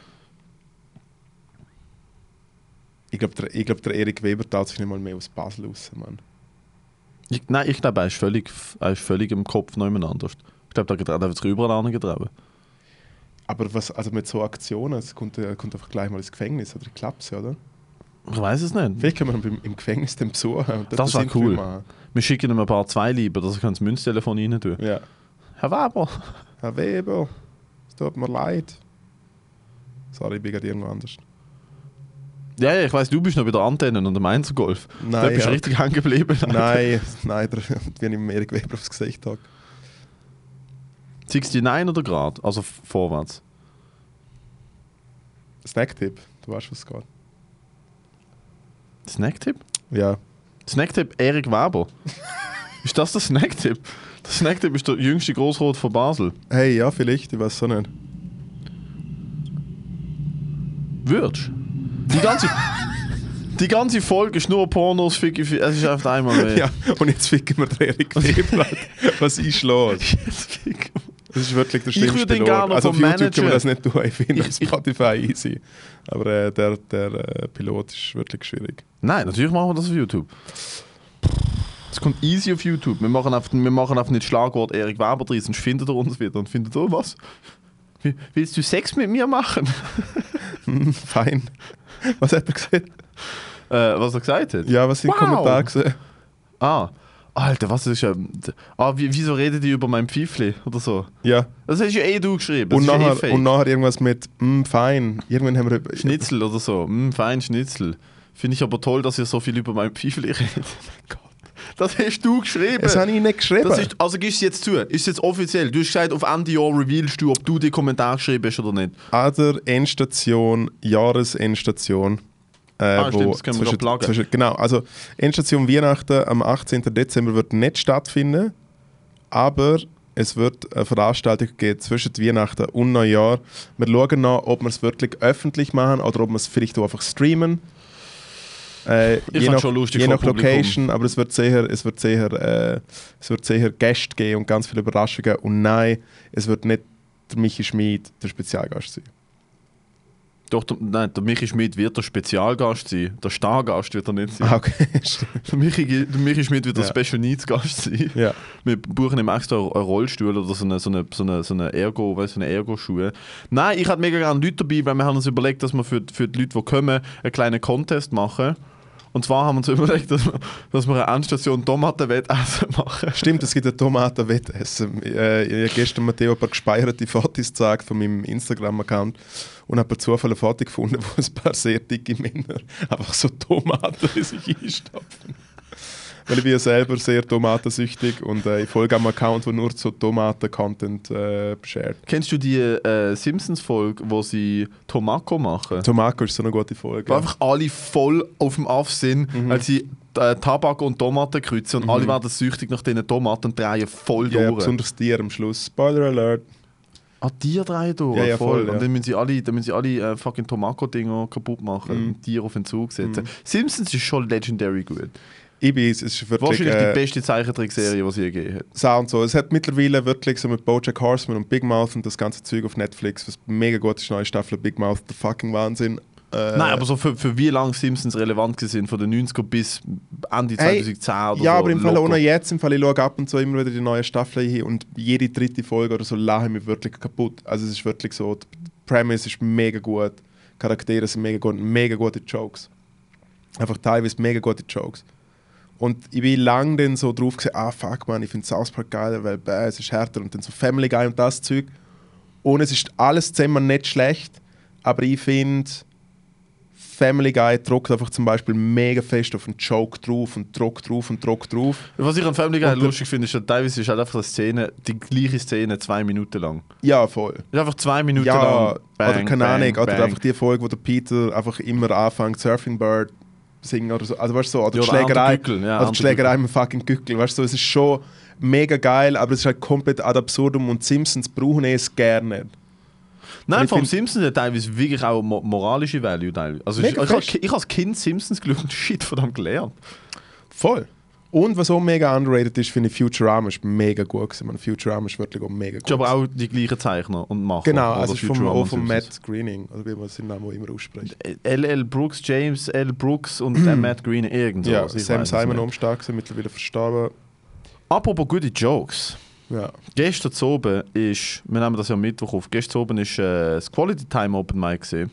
ich glaube, der, ich glaub, der Erik Weber tat sich nicht mal mehr aus Basel raus, Mann. Ich, nein, ich glaube, er ist völlig, er ist völlig im Kopf noch jemand anders. Ich glaube, da wird sich überall angetragen. Aber was, also mit so Aktionen, es kommt, er kommt einfach gleich mal ins Gefängnis, oder ich glaube es, oder? Ich weiß es nicht. Vielleicht können wir ihn im Gefängnis den besuchen. Und Das wär Interview cool. machen. Wir schicken ihm ein paar zwei lieber, dass er das Münztelefon rein tun kann. Ja. Herr Weber. Herr Weber, es tut mir leid. Sorry, ich bin gerade irgendwo anders. Ja, ja, ich weiss, du bist noch bei der Antenne und am Einzelgolf. Da Nein, bist du ja. richtig hängen geblieben. Nein, nein, der, wenn ich mit Erik Weber aufs Gesicht habe. Ziehst du nein oder gerade? Also f- vorwärts. Snacktipp, du weißt, was es geht. Snacktipp? Ja. Snacktipp Erik Weber. Ist das der Snacktipp? Der Snacktipp ist der jüngste Grossrot von Basel. Hey, ja, vielleicht, ich weiß so nicht. Würdest Die ganze, die ganze Folge ist nur Pornos, Ficky, Ficky. Es ist einfach einmal mehr. Ja, und jetzt ficken wir den Erik Weber. Was ist los? Jetzt ficken wir. Das ist wirklich der Ich würde schlimmste ihn Lord. gerne Also auf vom YouTube können wir das Manager- nicht tun, ich finde auf Ich- ich- Spotify easy. Aber äh, der, der äh, Pilot ist wirklich schwierig. Nein, natürlich machen wir das auf YouTube. Es kommt easy auf YouTube. Wir machen einfach, wir machen einfach nicht Schlagwort Erik Weber drin, sonst findet er uns wieder und findet, oh was? Wie- Willst du Sex mit mir machen? Hm, fein. Was hat er gesagt? äh, was er gesagt hat? Ja, was sind Wow. Kommentare gesehen? Ah, Alter, was ist ja... Ah, wie, wieso redet ihr über mein Pfeifli oder so? Ja. Das hast ja eh du geschrieben. Das Und ist ja eh nachher, fake. und nachher irgendwas mit mm, fein. Irgendwann haben wir... über- Schnitzel oder so. Mm, fein Schnitzel. Finde ich aber toll, dass ihr so viel über mein Pfeifli redet. Gott. Das hast du geschrieben. Das habe ich nicht geschrieben. Das ist, also gibst du es jetzt zu. Ist es jetzt offiziell? Du hast gesagt, auf Ende Jahr revealst du, ob du den Kommentar geschrieben hast oder nicht. An der Endstation, Jahresendstation. Äh, Ah, stimmt, das können wir zwischen, gerade pluggen. zwischen, Genau, also Endstation Weihnachten am achtzehnten Dezember wird nicht stattfinden, aber es wird eine Veranstaltung geben zwischen Weihnachten und Neujahr. Wir schauen noch, ob wir es wirklich öffentlich machen oder ob wir es vielleicht auch einfach streamen. Äh, Ich je fand nach, schon lustig je vom nach Publikum. Location, aber es wird sicher, es wird sicher, äh, es wird sicher Gäste geben und ganz viele Überraschungen. Und nein, es wird nicht der Michi Schmid der Spezialgast sein. Doch, der, nein, der Michi Schmidt wird der Spezialgast sein. Der Stargast wird er nicht sein. Ah, okay, stimmt. Der, Michi, der Michi Schmidt wird der Ja. Special Needs Gast sein. Ja. Wir buchen ihm extra einen Rollstuhl oder so eine, so eine, so eine, so eine Ergo, weißt, so eine Ergo-Schuhe. Nein, ich hätte mega gerne Leute dabei, weil wir haben uns überlegt, dass wir für, für die Leute, die kommen, einen kleinen Contest machen. Und zwar haben wir uns überlegt, dass wir, dass wir eine Endstation Tomatenwettessen machen. Stimmt, es gibt ein Tomatenwettessen. Äh, ich habe gestern Matteo ein paar gespeicherte Fotos gezeigt von meinem Instagram-Account und habe per Zufall ein Foto gefunden, wo ein paar sehr dicke Männer einfach so Tomaten in sich einstopfen. Weil ich bin ja selber sehr tomatensüchtig und äh, ich folge einem Account, der nur so Tomaten-Content äh, shared. Kennst du die äh, Simpsons-Folge, wo sie Tomako machen? Tomako ist so eine gute Folge. Wo einfach alle voll auf dem Aff sind, mhm. weil sie äh, Tabak und Tomaten kreuzen und mhm. alle werden süchtig nach diesen Tomaten und drehen voll ja, durch. Ja, besonders Tier am Schluss. Spoiler Alert. Ah, die drehen durch? Ja, ja, voll. voll ja. Und dann müssen sie alle, dann müssen sie alle äh, fucking Tomako-Dinger kaputt machen mhm. und Tiere auf den Zug setzen. Mhm. Simpsons ist schon legendary gut. Ich bin, es ist wirklich, wahrscheinlich äh, die beste Zeichentrickserie, die es je gegeben hat. So und so. Es hat mittlerweile wirklich so mit BoJack Horseman und Big Mouth und das ganze Zeug auf Netflix, was mega gut ist, neue Staffel Big Mouth, der fucking Wahnsinn. Äh, Nein, aber so für, für wie lange Simpsons relevant sind, von den neunziger bis Ende zweitausendzehn hey, oder ja, so. aber im Fall locker. auch noch jetzt, im Fall ich schaue ab und zu immer wieder die neue Staffel hin und jede dritte Folge oder so lache ich mich wirklich kaputt. Also es ist wirklich so, die Premise ist mega gut, Charaktere sind mega gut, mega gute Jokes. Einfach teilweise mega gute Jokes. Und ich bin lange dann so drauf gesehen, ah fuck man, ich finde South Park geil, weil bäh, es ist härter und dann so Family Guy und das Zeug. Und es ist alles zusammen nicht schlecht, aber ich finde, Family Guy druckt einfach zum Beispiel mega fest auf einen Joke drauf und druckt drauf und druckt drauf. Was ich an Family Guy und lustig finde, ist, dass teilweise ist halt einfach eine Szene, die gleiche Szene zwei Minuten lang. Ja, voll. Ist einfach zwei Minuten ja, lang. Bang, oder keine Ahnung, bang, oder bang. einfach die Folge, wo der Peter einfach immer anfängt, Surfing Bird singen oder so. Also weißt du so, oder ja, die Schlägerei, Gückel, ja, oder die Schlägerei mit fucking Gückel. Weißt du, so, es ist schon mega geil, aber es ist halt komplett ad absurdum und Simpsons brauchen es gerne nicht. Nein, vom Simpsons hat teilweise wirklich auch mo moralische Value. Also ich, ich, ich, ich als Kind Simpsons geschaut und shit von dem gelernt. Voll. Und was auch mega underrated ist, finde ich, Futurama ist mega gut gewesen. Man, Futurama ist wirklich auch mega gut. Ist aber auch die gleichen Zeichner und Macher. Genau, also ist vom, auch von Matt Groening, oder wie man seinen Namen immer ausspricht. L L Brooks, James L. Brooks und äh, Matt Groening, irgend so. Ja, Sam Simon umstark, mittlerweile verstorben. Apropos gute Jokes. Ja. Gestern oben ist, wir nehmen das ja am Mittwoch auf, gestern oben ist äh, das Quality Time Open Mic gesehen.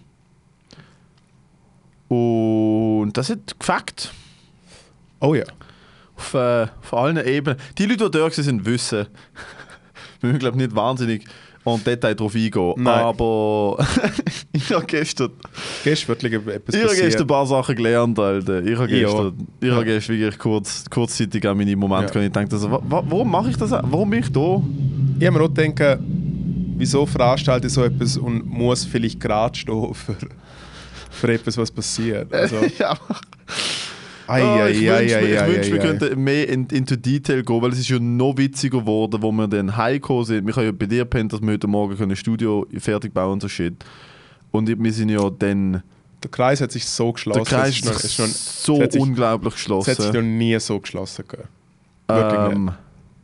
Und das hat gefackt. Oh ja. Auf, äh, auf allen Ebenen. Die Leute, die dort sind, wissen, wir müssen glaube nicht wahnsinnig en Detail drauf eingehen. Nein. Aber ich habe gestern, gestern wirklich etwas ich habe gestern ein paar Sachen gelernt, Alter. Ich habe gestern, ich ja. habe gestern wirklich kurz, kurzzeitig an meine Momente ja. ich dachte, also, wa warum mache ich das? Warum bin ich da? Ich habe mir auch gedacht, wieso veranstalte ich so etwas und muss vielleicht gerade stehen für, für etwas, was passiert. Also, ja. Ai, oh, ai, ich ai, wünschte, ai, ich ai, wünschte, wir ai, könnten mehr in, into Detail gehen, weil es ist ja noch witziger geworden, wo wir dann heimgekommen sind. Wir haben ja bei dir gepennt, dass wir heute Morgen ein Studio fertig bauen und so shit. Und wir sind ja dann... Der Kreis hat sich so geschlossen. Der Kreis ist noch, ist noch, so sich, unglaublich geschlossen. Es hat sich noch nie so geschlossen gegeben. Wirklich ähm, nicht.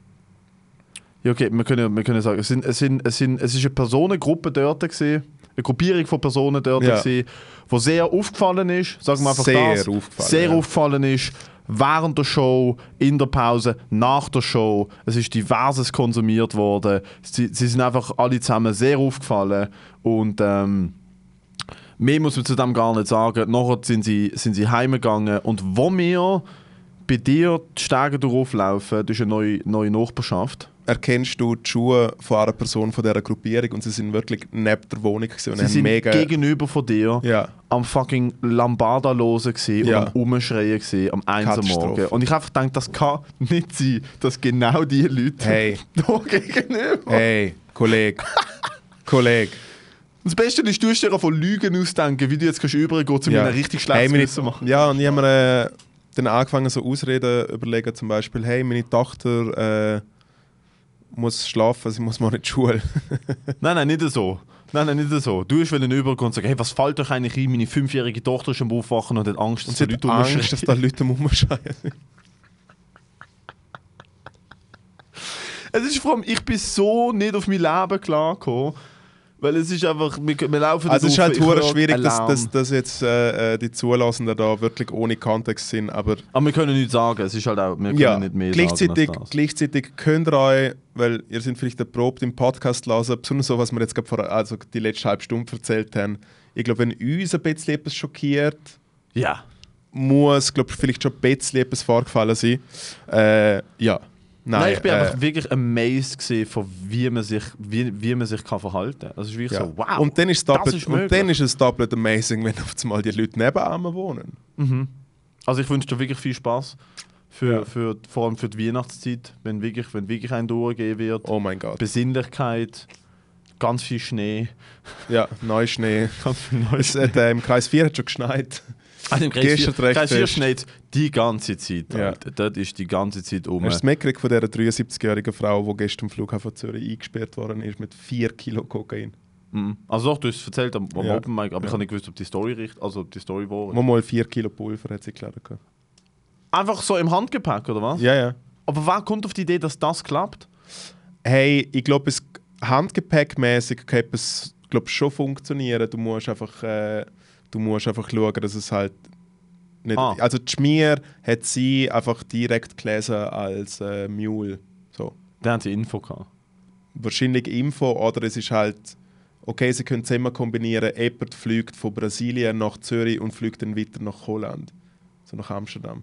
Ja, okay, wir können, wir können sagen, es, sind, es, sind, es, sind, es ist eine Personengruppe dort gewesen, eine Gruppierung von Personen dort ja. gewesen, die sehr aufgefallen ist, sagen wir einfach sehr das, aufgefallen, sehr ja. aufgefallen ist, während der Show, in der Pause, nach der Show. Es ist diverses konsumiert worden. Sie, sie sind einfach alle zusammen sehr aufgefallen und ähm, mehr muss man zu dem gar nicht sagen. Nachher sind sie, sind sie heimgegangen und wo wir bei dir die Stege durchlaufen, das ist eine neue, neue Nachbarschaft. Erkennst du die Schuhe von einer Person von dieser Gruppierung und sie sind wirklich neben der Wohnung gewesen und sie haben sind mega... gegenüber von dir ja. am fucking Lambada losen gewesen ja. und am Umschreien gewesen, am eins am Morgen. Und ich habe einfach gedacht, das kann nicht sein, dass genau diese Leute hey. da gegenüber... Hey, Kollege, Kollege. Das Beste ist, du hast dir von Lügen ausdenken, wie du jetzt kannst übergehen zu ja. mir ein richtig schlechtes hey, Gewissen machen. Ja, und ich habe mir äh, dann angefangen so Ausreden überlegen, zum Beispiel, hey, meine Tochter... Äh, muss schlafen, sie muss mal in die Schule. Nein, nein, nicht so. Nein, nein, nicht so. Du hast übergehen und sagen, hey, was fällt euch eigentlich ein? Meine fünfjährige Tochter ist am Aufwachen und hat Angst, dass und die Leute umschreien. Angst, dass da Leute umschreien. Es ist vor allem, ich bin so nicht auf mein Leben klargekommen, weil es ist einfach, wir, wir laufen also es ist halt hure schwierig, dass, Alarm. dass, dass jetzt äh, die Zulassenden da wirklich ohne Kontext sind, aber... Aber wir können nichts sagen, es ist halt auch, wir können ja, nicht mehr gleichzeitig, sagen als das. Gleichzeitig könnt ihr euch, weil ihr seid vielleicht erprobt im Podcast lesen, besonders so, was wir jetzt gerade vor, also die letzte halbe Stunde erzählt haben, ich glaube, wenn uns ein bisschen etwas schockiert, ja. muss, glaube ich, vielleicht schon ein bisschen etwas vorgefallen sein. Äh, ja. Nein, Nein, ich bin äh, einfach wirklich amazed gewesen, von wie man sich, wie, wie man sich kann verhalten kann. Also es ist wirklich ja. so, wow, und dann ist es das doppelt, ist und möglich. dann ist es doppelt amazing, wenn auf einmal die Leute neben einem wohnen. Mhm. Also ich wünsche dir wirklich viel Spaß. Für, Ja. für, vor allem für die Weihnachtszeit, wenn wirklich, wenn wirklich ein durchgehen wird. Oh mein Gott. Besinnlichkeit, ganz viel Schnee. Ja, Neuschnee. Ganz viel Es hat, äh, im Kreis vier hat schon geschneit. Also im Kreis Gestern vier, recht Kreis vier fest. schneit die ganze Zeit. Ja. Alter. Dort ist die ganze Zeit um. Hast du es mitgekriegt von dieser dreiundsiebzigjährigen Frau, die gestern am Flughafen Zürich eingesperrt worden ist mit vier Kilo Kokain? Mhm. Also doch, du hast es erzählt am, am Ja. Open Mic, aber Ja. ich habe nicht gewusst, ob die Story richtig, also ob die Story war. Mal mal vier Kilo Pulver hat sie geklärt. Einfach so im Handgepäck, oder was? Ja, ja. Aber wer kommt auf die Idee, dass das klappt? Hey, ich glaube, es handgepäckmäßig kann es glaub, schon funktionieren. Du musst einfach, äh, du musst einfach schauen, dass es halt nicht. Ah. Also die Schmier hat sie einfach direkt gelesen als äh, Mule. So. Da haben sie Info gehabt. Wahrscheinlich Info oder es ist halt. Okay, sie können es immer kombinieren. Jemand fliegt von Brasilien nach Zürich und fliegt dann weiter nach Holland. So nach Amsterdam.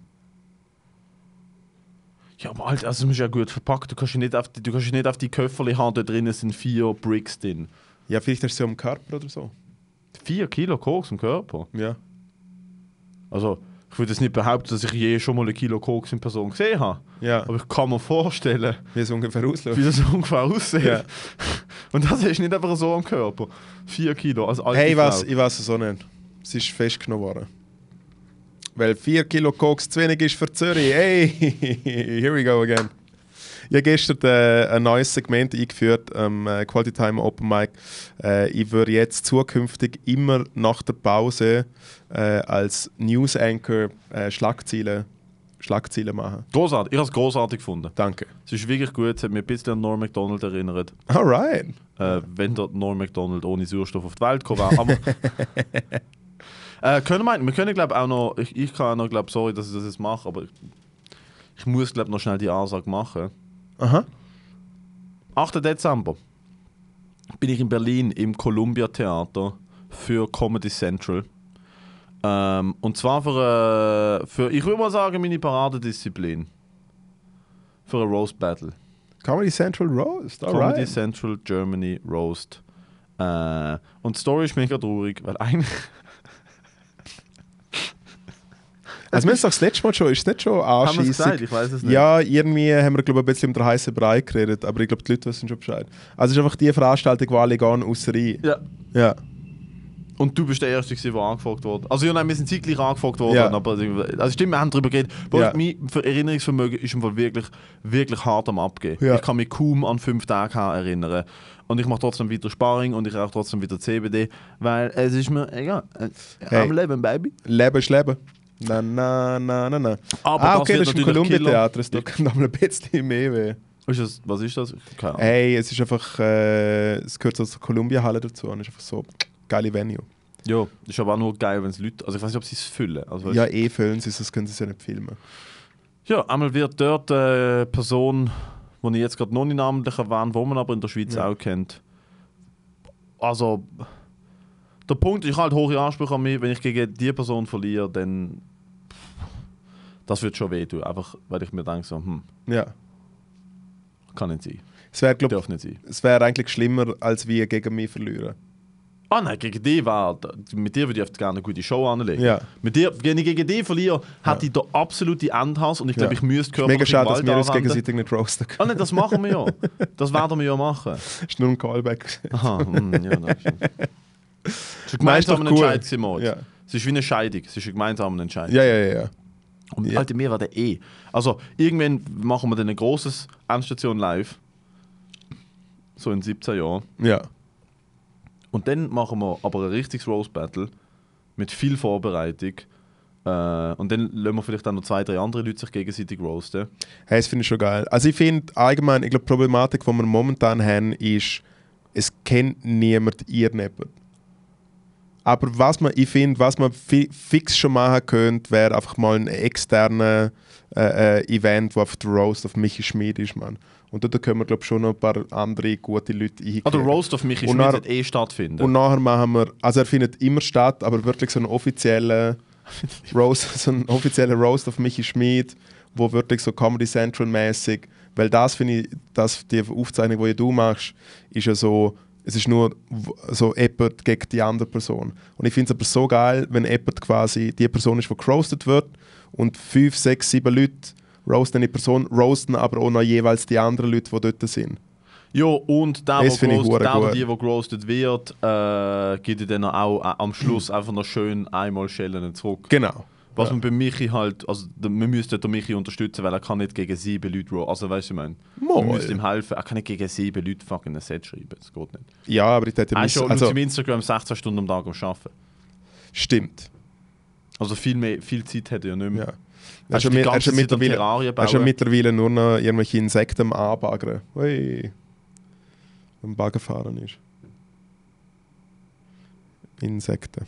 Ja, aber Alter, also, das ist ja gut verpackt. Du kannst ja nicht auf die, du kannst ja nicht auf die Köfferli haben, da drinnen sind vier Bricks drin. Ja, vielleicht ist sie am Körper oder so. Vier Kilo Koks im Körper? Ja. Also, ich würde jetzt nicht behaupten, dass ich je schon mal ein Kilo Koks in Person gesehen habe. Ja, Aber ich kann mir vorstellen, wie es ungefähr aussieht. wie das ungefähr aussieht. Ja. Und das ist nicht einfach so am Körper. Vier Kilo, als alte Hey, ich Frau. weiß, ich weiß es auch nicht. Es ist festgenommen worden. Weil vier Kilo Koks zu wenig ist für Zürich. Hey, here we go again. Ich habe gestern äh, ein neues Segment eingeführt, am ähm, Quality Time Open Mic. Äh, ich würde jetzt zukünftig immer nach der Pause äh, als News Anchor äh, Schlagzeilen, Schlagzeilen machen. Großartig. Ich habe es großartig gefunden. Danke. Es ist wirklich gut, es hat mich ein bisschen an Norm Macdonald erinnert. Alright. Äh, wenn dort Norm Macdonald ohne Sauerstoff auf die Welt gekommen wäre. Aber äh, können wir, wir können glaube auch noch, ich, ich kann auch noch, glaube sorry, dass ich das jetzt mache, aber ich, ich muss glaube noch schnell die Ansage machen. Aha. achter Dezember bin ich in Berlin im Columbia Theater für Comedy Central. Ähm, und zwar für, äh, für, ich würde mal sagen, meine Paradedisziplin. Für ein Roast Battle. Comedy Central Roast. Comedy Alright. Central Germany Roast. Äh, und die Story ist mega traurig, weil eigentlich. Also wir haben es doch das letzte Mal schon, ist es nicht schon Haben wir es gesagt? anscheissig? Ich weiß es nicht. Ja, irgendwie haben wir glaube ich, ein bisschen um den heißen Brei geredet, aber ich glaube, die Leute wissen schon Bescheid. Also es ist einfach die Veranstaltung, wo alle gehen, ausser ich. Ja. Ja. Und du bist der Erste, der angefragt wurde. Also ja, nein, wir sind zeitgleich angefragt worden, Ja. aber also stimmt, wir haben darüber geredet. Bro, Ja. Mein Erinnerungsvermögen ist im Fall wirklich, wirklich hart am Abgehen. Ja. Ich kann mich kaum an fünf Tage erinnern. Und ich mache trotzdem wieder Sparring und ich rauche trotzdem wieder C B D, weil es ist mir egal. Hey. Am Leben, Baby. Leben ist Leben. Na, na, na, na, na. Aber ah, das okay, wird das ist im natürlich Columbia Killer. Theater, das tut noch mal ein bisschen mehr weh. Ist das, was ist das? Keine Ahnung. Hey, es ist einfach, äh, es gehört so zur Columbia-Halle dazu und es ist einfach so geile Venue. Ja, ist aber auch nur geil, wenn es Leute. Also ich weiß nicht, ob sie es füllen. Also, weißt Ja, eh füllen sie es, sonst können sie es ja nicht filmen. Ja, einmal wird dort eine Person, die ich jetzt gerade noch nicht namentlich erwähne, die man aber in der Schweiz Ja. auch kennt. Also, der Punkt ist, ich habe halt hohe Ansprüche an mich. Wenn ich gegen diese Person verliere, dann. Das wird schon wehtun. Einfach, weil ich mir denke, so, hm, Ja. kann nicht sein. Es wäre, glaube Darf nicht sein. es wäre eigentlich schlimmer, als wir gegen mich verlieren. Ah nein, gegen dich war. Mit dir würde ich gerne eine gute Show anlegen. Ja. Mit dir, wenn ich gegen dich verliere, hätte ich den absoluten Endhass und ich glaube, Ja. ich müsste Es ist körperliche mega schade, dass Gewalt wir uns anwenden. gegenseitig nicht roasten Ah können. nein, das machen wir ja. Das werden wir ja machen. Das ist nur ein Callback. Aha, mm, ja, das stimmt. Es ist ein Nein, ist doch gemeinsamer cool. Entscheid gewesen, Moritz. Ja. Es ist wie eine Scheidung, es ist ein gemeinsamer Entscheid. Ja, ja, ja, ja. Und Ja. Alter, mir war der eh. Also, irgendwann machen wir dann ein grosses Endstation live. So in siebzehn Jahren. Ja. Und dann machen wir aber ein richtiges Roast Battle mit viel Vorbereitung. Äh, und dann lassen wir vielleicht auch noch zwei, drei andere Leute sich gegenseitig roasten. Hey, das finde ich schon geil. Also ich finde allgemein, ich glaube, die Problematik, die wir momentan haben, ist, es kennt niemand irgendjemand. Aber was man, ich finde, was man fi fix schon machen könnte, wäre einfach mal ein externes äh, äh, Event, wo auf der Roast auf Michi Schmid ist, Mann. Und dort können wir, glaube ich, schon noch ein paar andere gute Leute Ah, der einkriegen. Roast auf mich ist Und mit dann- eh stattfinden. Und nachher machen wir, also er findet immer statt, aber wirklich so einen offiziellen Roast, so ein offizieller Roast auf Michi Schmid, wo wirklich so Comedy Central-mäßig, weil das finde ich, das, die Aufzeichnung, die du machst, ist ja so, es ist nur so jemand gegen die andere Person. Und ich finde es aber so geil, wenn jemand quasi die Person ist, die geroastet wird und fünf, sechs, sieben Leute roasten eine Person, roasten aber auch noch jeweils die anderen Leute, die dort sind. Ja, und der, Das der, finde ich groast, der hure oder gut. die, der geroastet wird, äh, gibt dir dann auch äh, am Schluss einfach noch schön einmal Schellen zurück. Genau. Was Ja. man bei Michi halt, also wir müssten den Michi unterstützen, weil er kann nicht gegen sieben Leute roasten. Also weißt du, ich meine, wir Mal. müssen ihm helfen. Er kann nicht gegen sieben Leute fucking ein Set schreiben, das geht nicht. Ja, aber ich hätte Er ja ist schon also, laut seinem Instagram sechzehn Stunden am Tag am Arbeiten. stimmt. Also viel, mehr, viel Zeit hat er ja nicht mehr. Ja. Er ist die ganze Zeit am Terrarien er ist ja bauen. mittlerweile nur noch irgendwelche Insekten am Anbaggern. Ui. Am Bagger fahren ist. Insekten.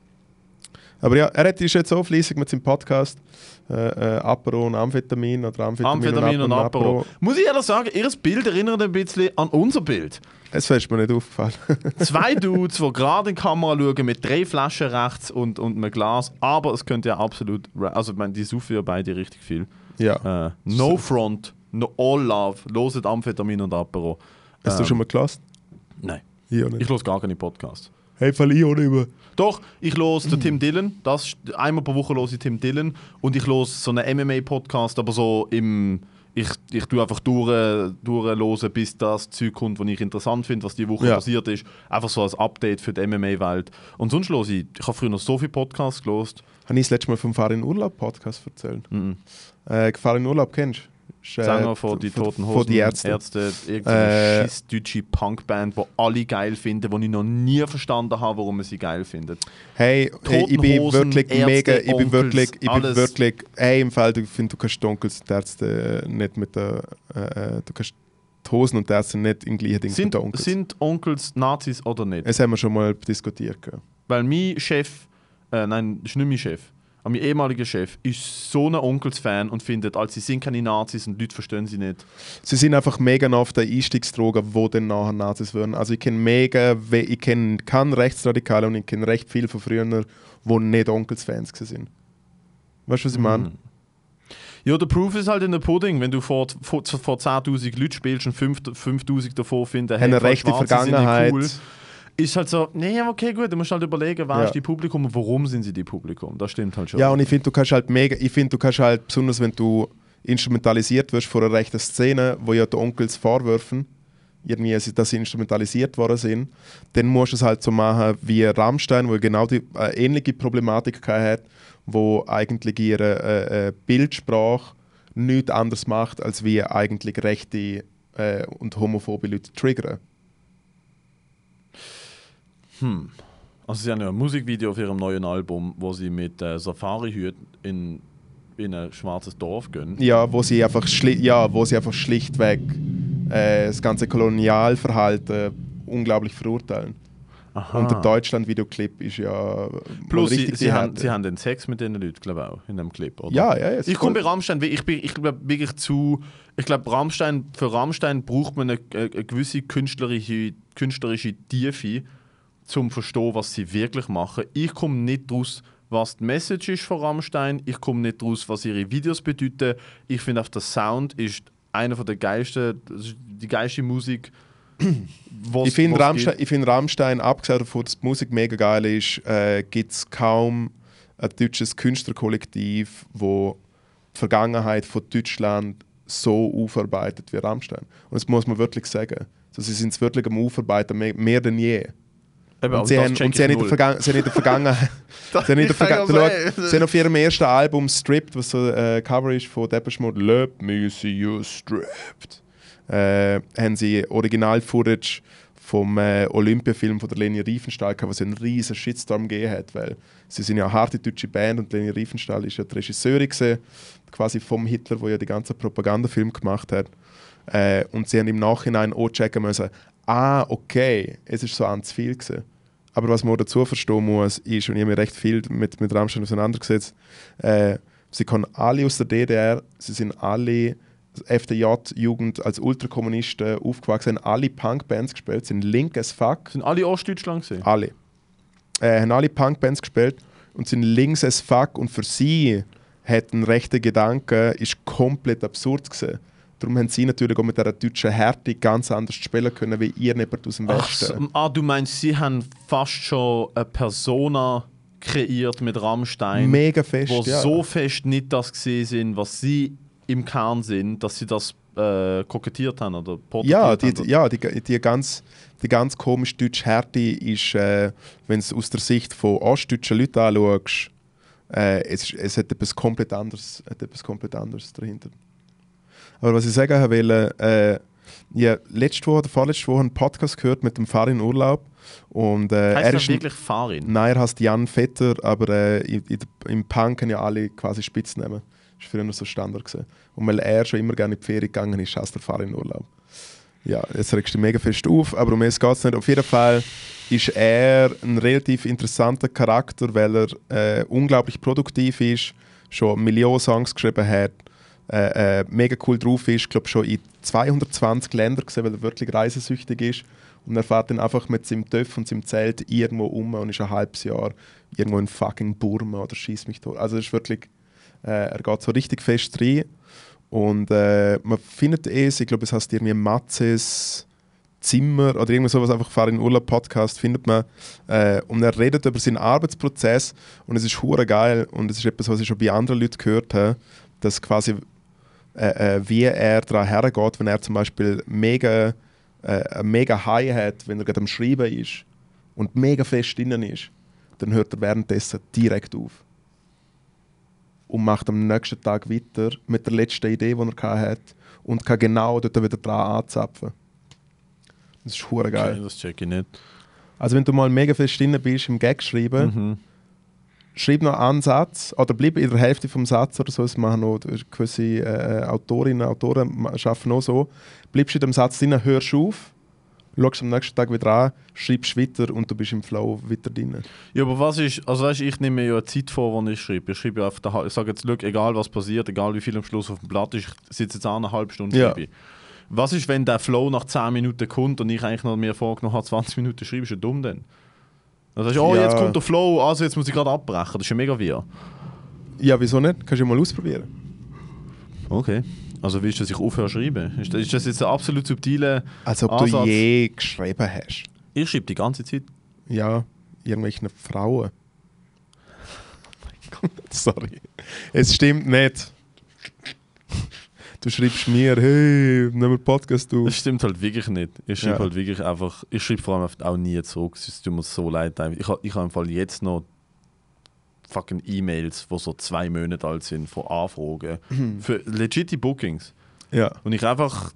Aber ja, er ist jetzt so fleissig mit seinem Podcast. Äh, äh, Apero und Amphetamin oder Amphetamin, Amphetamin und und Apero. Muss ich ehrlich sagen, ihr Bild erinnert ein bisschen an unser Bild. Es ist mir nicht aufgefallen. Zwei Dudes, die gerade in die Kamera schauen mit drei Flaschen rechts und, und einem Glas. Aber es könnte ja absolut. Also, ich meine, die saufen ja beide richtig viel. Ja. Äh, no front, no all love. Loset Amphetamin und Apero. Hast du Ähm, schon mal gelassen? Nein. Ich auch nicht. Ich höre gar keine Podcasts. Hey, fall ich auch nicht mehr. Doch, ich höre den Tim Dillon. Das, ist- einmal pro Woche höre ich Tim Dillon. Und ich höre so einen M M A-Podcast, aber so im. Ich, ich tue einfach durch, durchhören, bis das Zeug kommt, das ich interessant finde, was die Woche Ja. passiert ist. Einfach so als Update für die M M A-Welt. Und sonst höre ich. Ich habe früher noch so viele Podcasts gehört. Habe ich das letzte Mal vom Fahr in Urlaub Podcast erzählt? Mhm. Äh, Fahr in Urlaub kennst du? Ist, äh, Sänger von Die Toten Hosen, Von die Ärzte. Ärzte irgendeine Äh, scheiß deutsche Punkband, die alle geil finden, die ich noch nie verstanden habe, warum man sie geil findet. Hey, hey, ich bin Toten wirklich Hosen, mega, Ärzte, ich bin Onkels, wirklich, ich bin alles. wirklich, hey, im Fall, du findest, du kannst die Onkels und die Ärzte nicht mit der, äh, äh, du kannst die Hosen und die Ärzte nicht im gleichen Ding mit Sind, den Onkels. sind Onkels Nazis oder nicht? Das haben wir schon mal diskutiert. Gell? Weil mein Chef, äh, nein, das ist nicht mein Chef, aber mein ehemaliger Chef ist so ein Onkels-Fan und findet, als sie sind keine Nazis und die Leute verstehen sie nicht. Sie sind einfach mega nah auf der Einstiegsdroge, wo dann nachher Nazis werden. Also ich kenne mega, we- ich kenne kann Rechtsradikale und ich kenne recht viel von früher, die nicht Onkels-Fans sind. Weißt du, was ich meine? Mhm. Ja, der Proof ist halt in der Pudding, wenn du vor, vor, vor zehntausend Leuten spielst und fünftausend davon finden, Haben eine voll rechte Schwarze sind nicht Vergangenheit. cool, ist halt so, nee, okay, gut, du musst halt überlegen, wer Ja. ist die Publikum und warum sind sie die Publikum. Das stimmt halt schon. Ja, und ich finde, du kannst halt mega, ich finde, du kannst halt, besonders wenn du instrumentalisiert wirst von einer rechten Szene, wo ja die Onkels vorwerfen, irgendwie, dass sie instrumentalisiert worden sind, dann musst du es halt so machen wie Rammstein, wo genau die äh, ähnliche Problematik hat, wo eigentlich ihre äh, äh, Bildsprache nichts anderes macht, als wie eigentlich rechte äh, und homophobe Leute triggern. Hm. Also sie haben ja ein Musikvideo auf ihrem neuen Album, wo sie mit äh, Safari-Hüten in, in ein schwarzes Dorf gehen. Ja, wo sie einfach, schli ja, wo sie einfach schlichtweg äh, das ganze Kolonialverhalten unglaublich verurteilen. Aha. Und der Deutschland-Videoclip ist ja Plus, sie, richtig sie, die haben, Härte. sie haben den Sex mit den Leuten, glaube ich, auch, in dem Clip, oder? Ja, ja, ja. Ich komme bei Rammstein, ich bin, ich glaube wirklich zu, ich glaube Rammstein, für Rammstein braucht man eine, eine gewisse künstlerische, künstlerische Tiefe, um zu verstehen, was sie wirklich machen. Ich komme nicht daraus, was die Message ist von Rammstein, ich komme nicht daraus, was ihre Videos bedeuten. Ich finde, der Sound ist einer der geilsten, die geilste Musik, was Ich finde was Rammstein, gibt. ich find Rammstein, abgesehen davon, dass die Musik mega geil ist, äh, gibt es kaum ein deutsches Künstlerkollektiv, wo die Vergangenheit von Deutschland so aufarbeitet wie Rammstein. Und das muss man wirklich sagen. Also, sie sind es wirklich am Aufarbeiten, mehr, mehr denn je. Eben, Und aber sie das haben, check und sie ich haben in der null. Vergangen- sie haben in der Vergangenheit. Sie haben, in der Verga- schau, sie haben auf ihrem ersten Album Stripped, was so ein äh, Cover ist von Depeche Mode, Let me see you stripped, äh, haben sie Original-Footage vom äh, Olympiafilm von der Leni Riefenstahl gehabt, was einen riesen Shitstorm gegeben hat, weil sie sind ja eine harte deutsche Band und Leni Riefenstahl ist ja die Regisseurin gewesen, quasi vom Hitler, der ja die ganzen Propagandafilm gemacht hat. Äh, und sie haben im Nachhinein auch checken müssen, ah, okay, es ist so an zu viel gewesen. Aber was man auch dazu verstehen muss, ist, und ich habe mich recht viel mit, mit Rammstein auseinandergesetzt, äh, sie kommen alle aus der D D R, sie sind alle F D J-Jugend als Ultrakommunisten aufgewachsen, haben alle Punkbands gespielt, sind link as fuck. Sind alle Ostdeutschland gesehen? Alle. Äh, haben alle Punkbands gespielt, und sind links as fuck und für sie hat ein rechter Gedanke ist komplett absurd gewesen. Darum haben sie natürlich auch mit dieser deutschen Härte ganz anders spielen können, wie ihr jemand aus dem Westen. So, ah, du meinst, sie haben fast schon eine Persona kreiert mit Rammstein, mega fest, wo ja. so fest nicht das gesehen sind, was sie im Kern sind, dass sie das äh, kokettiert haben oder ja, die, haben. Ja, die, die, ganz, die ganz komische deutsche Härte ist, äh, wenn du es aus der Sicht von ostdeutschen Leuten anschaust, äh, es, es hat etwas komplett anderes, hat etwas komplett anderes dahinter. Aber was ich sagen wollte, äh, ich habe letzte Woche oder vorletzte Woche einen Podcast gehört mit dem Farin Urlaub. Und, äh, heißt er das ist wirklich Farin? Nein, er heißt Jan Vetter, aber äh, in, in, im Punk haben ja alle quasi Spitznamen. Das war früher so Standard gewesen. Und weil er schon immer gerne in die Ferien gegangen ist, heißt er Farin Urlaub. Ja, jetzt regst du dich mega fest auf, aber um es geht es nicht. Auf jeden Fall ist er ein relativ interessanter Charakter, weil er äh, unglaublich produktiv ist, schon Millionen Songs geschrieben hat, äh, äh, mega cool drauf ist, ich glaube schon in zweihundertzwanzig Ländern gesehen, weil er wirklich reisesüchtig ist. Und er fährt dann einfach mit seinem Töff und seinem Zelt irgendwo um und ist ein halbes Jahr irgendwo in fucking Burma oder schießt mich tot. Also es ist wirklich, äh, er geht so richtig fest rein. Und äh, man findet es, ich glaube es heißt irgendwie Matzes Zimmer oder irgendwas sowas, einfach Farin Urlaub Podcast findet man. Äh, und er redet über seinen Arbeitsprozess und es ist hure geil und es ist etwas, was ich schon bei anderen Leuten gehört habe, dass quasi äh, äh, wie er daran hergeht, wenn er zum Beispiel mega äh, ein mega High hat, wenn er gerade am Schreiben ist und mega fest drinnen ist, dann hört er währenddessen direkt auf. Und macht am nächsten Tag weiter mit der letzten Idee, die er hat und kann genau dort wieder dran anzapfen. Das ist hure geil. Okay, das check ich nicht. Also wenn du mal mega fest drin bist im Gag schreiben, Mhm. schreib noch einen Satz oder bleib in der Hälfte vom Satz oder so. Das machen noch gewisse äh, Autorinnen und Autoren arbeiten auch so. Bleibst in dem Satz drin, hörst auf, schaust am nächsten Tag wieder an, schreibst weiter und du bist im Flow weiter drin. Ja, aber was ist, also weißt, ich nehme mir ja eine Zeit vor, die ich schreibe. Ich schreibe ja auf der, ich sage jetzt, look, egal was passiert, egal wie viel am Schluss auf dem Blatt ist, ich sitze jetzt an eine halbe Stunde Ja. schreibe ich. Was ist, wenn der Flow nach zehn Minuten kommt und ich eigentlich noch mir vorgenommen habe, zwanzig Minuten schreibe, ist ja dumm dann. Dann sagst du, oh, Ja. jetzt kommt der Flow, also jetzt muss ich gerade abbrechen. Das ist ja mega wir. Ja, wieso nicht? Kannst du ja mal ausprobieren. Okay. Also willst du, dass ich aufhöre zu schreiben? Ist das, ist das jetzt ein absolut subtiler Als ob Ansatz? du je geschrieben hast. Ich schreibe die ganze Zeit. Ja, irgendwelchen Frauen. Oh mein Gott, sorry. Es stimmt nicht. Du schreibst mir, hey, nehmen wir Podcast auf. Das stimmt halt wirklich nicht. Ich schreibe Ja. halt wirklich einfach, ich schreibe vor allem auch nie zurück. Es tut mir so leid. Ich habe ich ha im Fall jetzt noch fucking E-Mails, die so zwei Monate alt sind, von Anfragen. Für legitime Bookings. Ja. Und ich einfach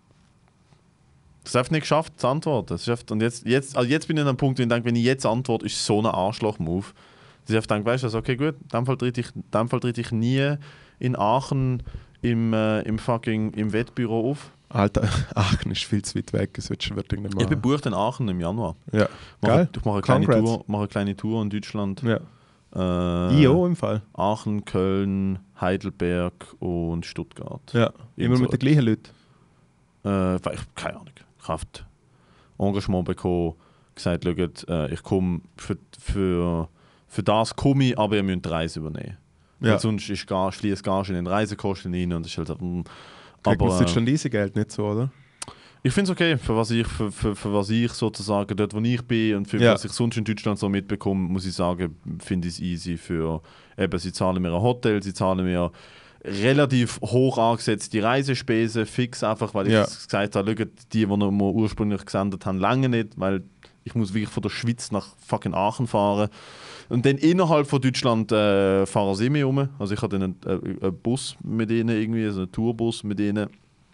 das einfach nicht geschafft zu antworten. Das ist einfach, und jetzt, jetzt, also jetzt bin ich an einem Punkt, wo ich denke, wenn ich jetzt antworte, ist so ein Arschloch-Move. Dass ich einfach denke, weißt du, also okay, gut, in dem Fall trete ich, in dem Fall trete ich nie in Aachen im, äh, im fucking im Wettbüro auf. Alter, Aachen ist viel zu weit weg, das willst du wirklich nicht Ich machen. bin bucht in Aachen im Januar. Ja, Mache, geil. ich mache eine, kleine Congrats. Tour, mache eine kleine Tour in Deutschland. Ja. Äh, I O im Fall. Aachen, Köln, Heidelberg und Stuttgart. Ja, immer so mit den gleichen Leuten. Äh, ich, keine Ahnung. Ich habe Engagement bekommen, gesagt, schaut, äh, ich komme für, für, für das komme ich, aber ihr müsst die Reise übernehmen. Ja. Weil sonst ist gar, fließt gar in den Reisekosten rein und das ist halt so, mm, Kriegt man aber, das Deutschland easy Geld nicht so, oder? ich finde es okay, für was ich, für, für, für was ich sozusagen dort, wo ich bin und für Ja. was ich sonst in Deutschland so mitbekomme, muss ich sagen, finde ich es easy für, eben, sie zahlen mir ein Hotel, sie zahlen mir relativ hoch angesetzte Reisespesen, fix einfach, weil ich Ja. gesagt habe, schaut, die, die wir ursprünglich gesendet haben, lange nicht, weil ich muss wirklich von der Schweiz nach fucking Aachen fahren. Und dann innerhalb von Deutschland äh, fahren sie mich um. Also ich habe dann einen, äh, einen Bus mit ihnen, irgendwie, also einen Tourbus mit ihnen.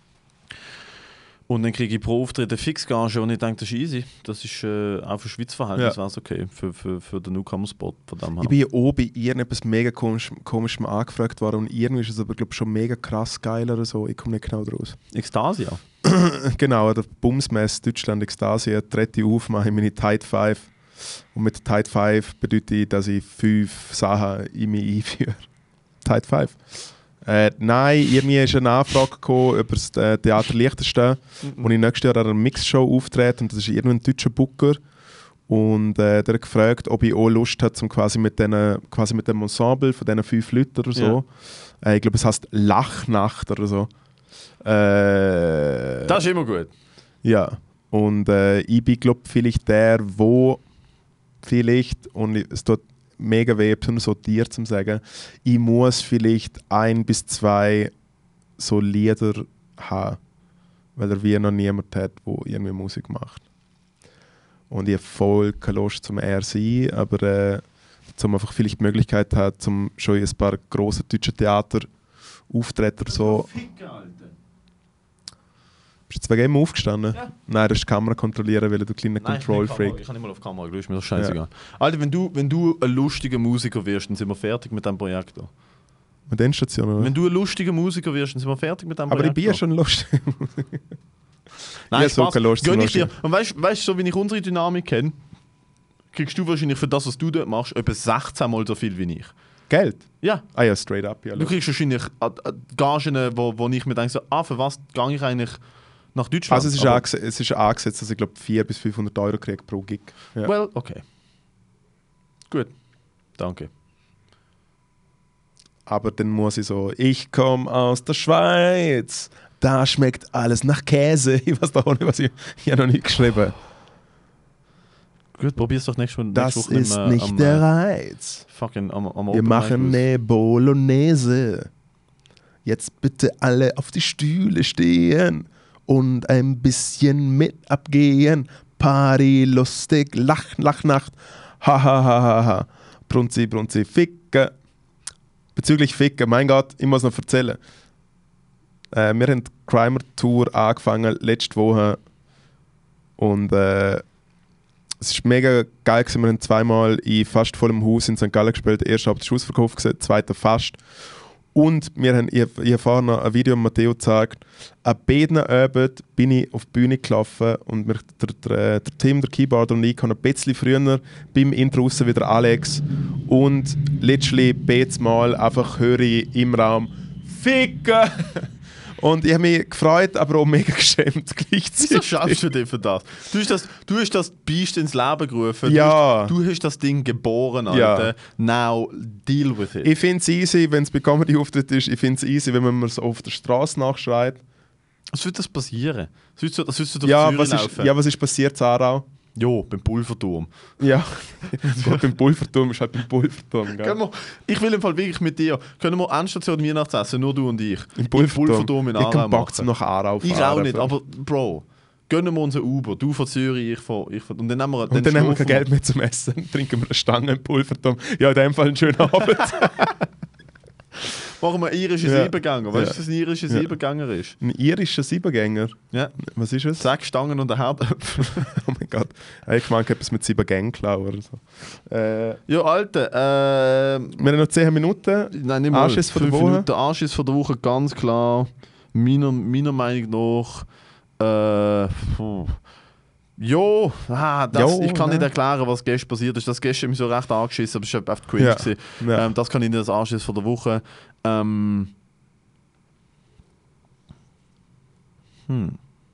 Und dann kriege ich pro Auftritt eine Fixgage und ich denke, das ist easy. Das ist äh, auch für Schweiz-Verhältnis Ja. wäre es okay, für, für, für den Newcomer-Spot von dem her. Ich bin ja auch bei irgendetwas mega komisch, komischem angefragt worden und irgendwie ist es aber glaub, schon mega krass geil oder so. Ich komme nicht genau draus. Ekstasia. Genau, der Bumsmess Deutschland Ekstasia trete ich auf, mache ich meine Tide Five. Und mit Tide Five bedeutet, dass ich fünf Sachen in mich einführe. Tide Five. Äh, nein, irgendwie ist eine Anfrage gekommen über das äh, Theater Liechtenstein, wo ich nächstes Jahr an einer Mixshow auftrete und das ist irgendein deutscher Booker. Und äh, der hat gefragt, ob ich auch Lust habe, zum quasi mit, den, quasi mit dem Ensemble von diesen fünf Leuten oder so. Ja. Äh, ich glaube, es heißt Lachnacht oder so. Äh, das ist immer gut. Ja. Und äh, ich bin, glaube ich, vielleicht der, wo vielleicht, und es tut mega weh, besonders so dir zu sagen, ich muss vielleicht ein bis zwei so Lieder haben, weil er wie noch niemand hat, der irgendwie Musik macht. Und ich habe voll keine Lust zum R sein, aber äh, zum einfach vielleicht die Möglichkeit hat, zum schon in ein paar grosse deutsche Theater auftreten oder so. Ficken, Alter. Bist du jetzt wegen ihm aufgestanden? Ja. Nein, du hast die Kamera kontrollieren, weil du kleiner Control-Freak. Ich kann nicht mal auf die Kamera, du ist mir das scheißegal. Ja. Alter, wenn du, wenn du ein lustiger Musiker wirst, dann sind wir fertig mit diesem Projekt hier. Mit den Stationen, oder? Wenn du ein lustiger Musiker wirst, dann sind wir fertig mit diesem Aber Projekt. ich bin ja schon lustig. Nein, ich so keine Lust gönn zum ich dir. Und weißt du, so wie ich unsere Dynamik kenne, kriegst du wahrscheinlich für das, was du dort machst, etwa sechzehn Mal so viel wie ich. Geld? Ja. Ah ja, straight up. Ja, du kriegst wahrscheinlich Gagen, wo, wo ich mir denke, so, ah, für was gehe ich eigentlich nach Deutschland? Also es ist, anges es ist angesetzt, dass ich glaube vierhundert bis fünfhundert Euro kriege pro Gig. Ja. Well, okay. Gut. Danke. Aber dann muss ich so, ich komme aus der Schweiz, da schmeckt alles nach Käse. Ich weiß doch auch nicht, was ich, ich habe noch nicht geschrieben. Gut, probier's doch nächstes Mal. Das nächste Woche ist am, nicht am, der Reiz. Fucking am, am Wir machen eine Bolognese. Jetzt bitte alle auf die Stühle stehen und ein bisschen mit abgehen. Party, lustig, Lach, Lachnacht. Ha, ha, ha, ha, ha. Brunzi, Brunzi, Ficken. Bezüglich Ficken, mein Gott, ich muss noch erzählen. Äh, wir haben die Crimer-Tour angefangen letzte Woche und äh, es ist mega geil gewesen. Wir haben zweimal in fast vollem Haus in Sankt Gallen gespielt. Der erste Abend ist ausverkauft gewesen, zweiter fast. Und wir haben, ich, ich habe vorhin noch ein Video mit Matteo gezeigt. An beiden Abend bin ich auf die Bühne gelaufen und wir, der, der, der Tim, der Keyboarder und ich haben ein bisschen früher beim Intro raus wie der Alex. Und letztlich betes Mal einfach höre ich im Raum «Ficken!» Und ich habe mich gefreut, aber auch mega geschämt gleichzeitig. Wieso schaffst du dich für das? Du hast das, du hast das Biest ins Leben gerufen. Ja. Du hast, du hast das Ding geboren, Alter. Ja. Now deal with it. Ich finde es easy, wenn es bei Comedy-Auftritt ist. Ich finde es easy, wenn man mir so auf der Straße nachschreit. Was wird das passieren? Das wird so, das wird so durch Ja, Zürich was laufen. ist, ja, was ist passiert, Sarah? Jo, beim Pulverturm. Ja, beim Pulverturm ist halt beim Pulverturm. Gell? Können wir, ich will im Fall wirklich mit dir. Können wir Endstation Weihnachtsessen, nur du und ich? Im Pulverturm. Pulverturm in ich Aarau kann Bock zum nach Aarau fahren. Ich auch nicht, aber Bro, gönnen wir uns ein Uber. Du von Zürich, ich von... Ich von und dann nehmen wir, und dann haben wir kein Geld mehr zum Essen. Dann trinken wir eine Stange im Pulverturm. Ja, in dem Fall einen schönen Abend. Machen wir irische Ja. Siebenganger. Weißt du, Ja. was ein irischer Ja. Siebenganger ist? Ein irischer Siebengänger? Ja. Was ist es? Sechs Stangen und ein Herdöpfel. Oh mein Gott. Ich meine etwas mit sieben Gängen klauen oder so. Äh, Ja, Alter. Äh, wir haben noch zehn Minuten. nein, nicht mal. Anschiss von der Fünf Woche. Minuten Anschiss von der Woche, ganz klar. Meiner, meiner Meinung nach. Äh, puh. Jo, ah, das, Jo, ich kann ja. nicht erklären, was gestern passiert ist. Das gestern mich so recht angeschissen, aber es war einfach cringe. Ja. gewesen. Ja. Ähm, das kann ich nicht als Anschiss von der Woche. Ähm, hm.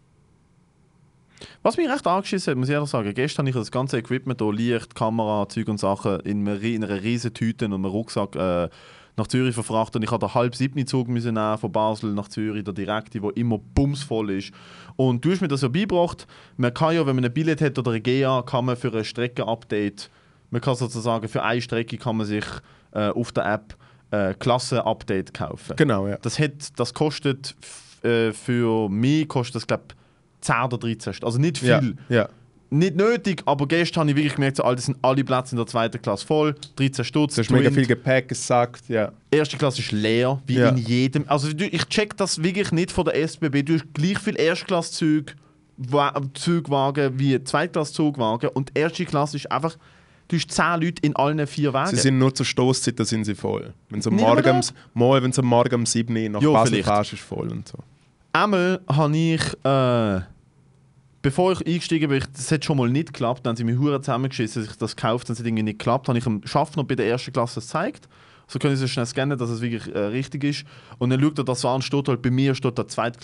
Was mich recht angeschissen hat, muss ich ehrlich sagen, gestern habe ich das ganze Equipment, hier, Licht, Kamera, Zeug und Sachen, in einer, in einer riesen Tüte und einem Rucksack äh, nach Zürich verfrachtet. Und ich hatte den halb siebten Zug müssen nehmen, von Basel nach Zürich, der direkte, der immer bumsvoll ist. Und du hast mir das ja beigebracht. Man kann ja, wenn man ein Billett hat oder ein G A, kann man für ein Streckenupdate, man kann sozusagen für eine Strecke kann man sich äh, auf der App äh, Klassen-Update kaufen. Genau, ja. Das, hat, das kostet f- äh, für mich kostet das, glaube zehn oder dreizehn Stunden. Also nicht viel. Ja, ja. Nicht nötig, aber gestern habe ich wirklich gemerkt, so, Alter, sind alle Plätze in der zweiten Klasse voll. dreizehn Stutz. Du hast mega viel Gepäck gesagt, ja. Erste Klasse ist leer, wie Ja. in jedem. Also du, ich check das wirklich nicht von der S B B. Du hast gleich viel Erstklasszüge, Wa- Zugwagen wie Zweitklasszugwagen und die erste Klasse ist einfach. Du hast zehn Leute in allen vier Wagen. Sie sind nur zur Stoßzeit, da sind sie voll. Wenn sie am Nicht Morgen, nur um, mal, wenn sie am Morgen um sieben Uhr nach Ja, Basel vielleicht. fährst, ist voll und so. Einmal habe ich, äh, bevor ich eingestiegen bin, ich, das hat schon mal nicht geklappt, dann haben sie mich hure zusammengeschissen, dass ich das gekauft habe, dann hat es irgendwie nicht geklappt, habe ich dem Schaffner bei der ersten Klasse das gezeigt. So können sie so schnell scannen, dass es wirklich äh, richtig ist. Und dann schaut er das so an, steht halt bei mir steht da Zweitklasse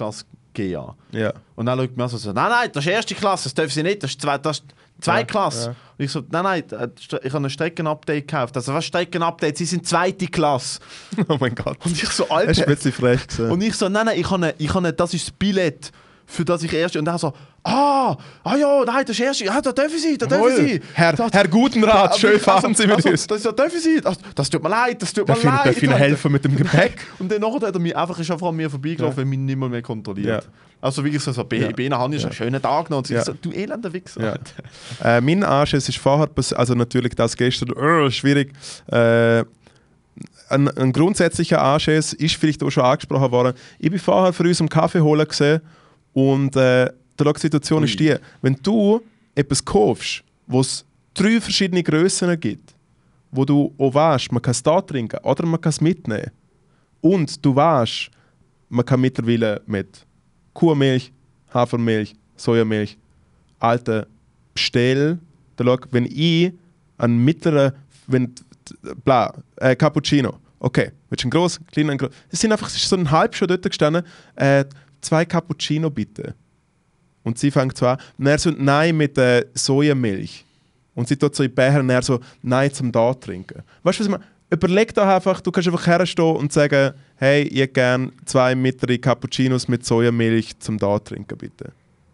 G A. Ja. Und dann schaut mir so, so, nein, nein, das ist erste Klasse, das dürfen sie nicht, das ist zwei, das ist zwei Ja, Klasse. ja. Und ich so, nein, nein, ich habe ein Streckenupdate gekauft. Also was Streckenupdate? Sie sind zweite Klasse. Oh mein Gott. Und ich so, Das Alter. ist plötzlich frech gewesen. Und ich so, nein, nein, ich habe, ich habe, das ist das Billett, für das ich erste. Und er so, ah, ah ja, nein, das ist erste, ja, da dürfen Sie, da dürfen Sie. Herr, das, Herr Gutenrat, schön fahren Sie mit also, uns. Das, das dürfen Sie, das, das tut mir leid, das tut mir Darf ich, leid. darf ich Ihnen Alter. helfen mit dem Gepäck? Und dann nachher hat er mich einfach, ist einfach an mir vorbeigelaufen, Ja. weil mich nicht mehr, mehr kontrolliert. Ja. Also wirklich so, so bei, Ja. bei ihnen habe ich Ja. einen schönen Tag genommen. Und sie Ja. so, du elender Wichser. Ja. äh, mein Anschiss ist vorher, pass- also natürlich das gestern, uh, schwierig. Äh, ein, ein grundsätzlicher Anschiss ist vielleicht auch schon angesprochen worden. Ich bin vorher für uns einen Kaffee holen gesehen und äh, die Situation Ui. ist die, wenn du etwas kaufst, wo es drei verschiedene Grössen gibt, wo du auch weißt, man kann es da trinken oder man kann es mitnehmen und du weißt, man kann mittlerweile mit Kuhmilch, Hafermilch, Sojamilch, alte bestell, da schau, wenn ich einen mittleren, wenn, bla, äh, Cappuccino, okay, willst du einen grossen, kleinen, einen grossen, es sind einfach, es ist so ein halb schon dort gestanden, äh, zwei Cappuccino bitte. Und sie fängt so an, und er so, nein mit äh, Sojamilch. Und sie tut so in den Becher und er so, nein zum da trinken. Weißt du, was ich meine? Überleg doch einfach, du kannst einfach herstehen und sagen, hey, ich hätte gerne zwei mittlere Cappuccinos mit Sojamilch zum da trinken, bitte.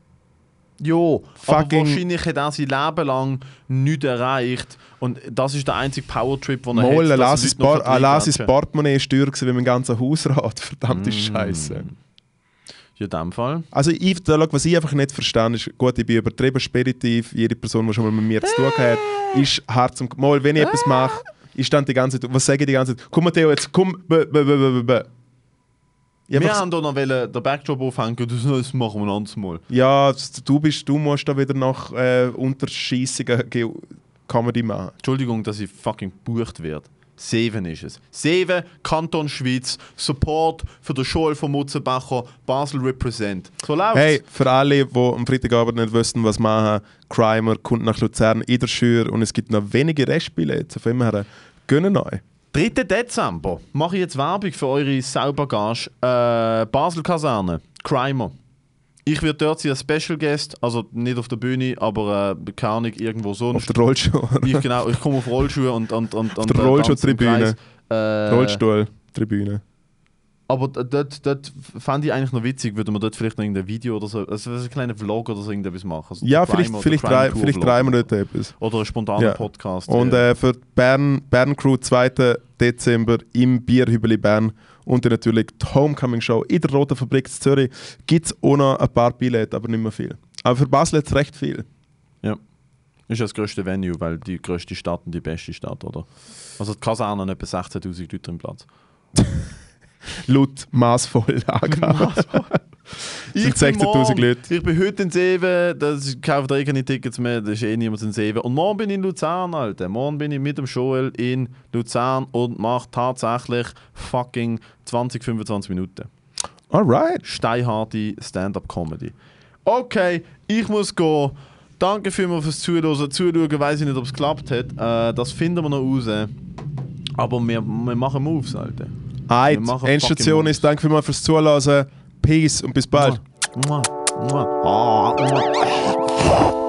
Jo, aber Fucking- wahrscheinlich hat er sein Leben lang nichts erreicht. Und das ist der einzige Powertrip, den er Mal, hat. dass lass er es Leute noch Bar- ah, lass es vertreibt. Portemonnaie ist teurer gewesen wie mein ganzer Hausrat. Verdammte Mm. Scheiße. Ja, in dem Fall. Also ich, da, schau, was ich einfach nicht verstehe, ist, gut, ich bin übertrieben speditiv, jede Person, die schon mal mit mir zu tun hat, ist hart zum... Mal, wenn ich etwas mache, ich stand die ganze Zeit, was sage ich die ganze Zeit? Komm Matteo, jetzt komm, b, b, b, b, b. Ich Wir einfach- haben da noch wollen, den Backdrop aufhängen, das das machen wir ein anderes Mal. Ja, du, bist, du musst da wieder nach äh, unterscheissige Ge- Comedy machen. Entschuldigung, dass ich fucking gebucht werde. Seven ist es. Seven, Kanton Schweiz, Support für die Schule von Mutzenbacher, Basel represent. So läuft's. Hey, für alle, die am Freitagabend nicht wissen, was machen, Crimer kommt nach Luzern in der Schür und es gibt noch wenige Restbillette. Von dem her, gönnen euch. dritter Dezember mache ich jetzt Werbung für eure Saubagage. Äh, Basel-Kaserne, Crimer. Ich werde dort sein als Special Guest, also nicht auf der Bühne, aber äh, keine Ahnung, irgendwo Auf sonst. der Rollstuhl. Ich, genau, ich komme auf Rollschuhe und, und, und, und der äh, Rollstuhltribüne. tanze im Kreis. Äh, Rollstuhl-Tribüne. Aber d- dort, dort fand ich eigentlich noch witzig, würde man dort vielleicht noch irgendein Video oder so, also ein kleiner Vlog oder so irgendetwas machen. Also Ja, der vielleicht, Crime- vielleicht, der drei, Crime vielleicht Tour drehen wir Vlog. dort etwas. Oder einen spontanen Ja. Podcast. Und ja. äh, für die Bern, Bern Crew, zweiten Dezember im Bierhübeli Bern und dann natürlich die Homecoming Show in der Roten Fabrik in Zürich gibt es auch noch ein paar Billette, aber nicht mehr viel. Aber für Basel jetzt recht viel. Ja. Ist ja das grösste Venue, weil die grösste Stadt und die beste Stadt, oder? Also die Kaserne haben etwa sechzehntausend Leute im Platz. Laut maßvoll angehört. Ich sind bin sechzehntausend morgen- Leute. Ich bin heute in Seven, das kauft eh keine Tickets mehr, da ist eh niemand in Seven. Und morgen bin ich in Luzern, Alter. Morgen bin ich mit dem Joel in Luzern und mache tatsächlich fucking zwanzig, fünfundzwanzig Minuten. Alright. Steinharte Stand-up-Comedy. Okay, ich muss gehen. Danke vielmals fürs Zuhören. Zuschauen weiss ich nicht, ob es geklappt hat. Äh, das finden wir noch raus. Aber wir, wir machen Moves, Alter. Eit. Wir machen Endstation fucking ist, danke vielmals fürs Zuhören. Peace und bis bald. Mua, mua, mua. Ah, mua.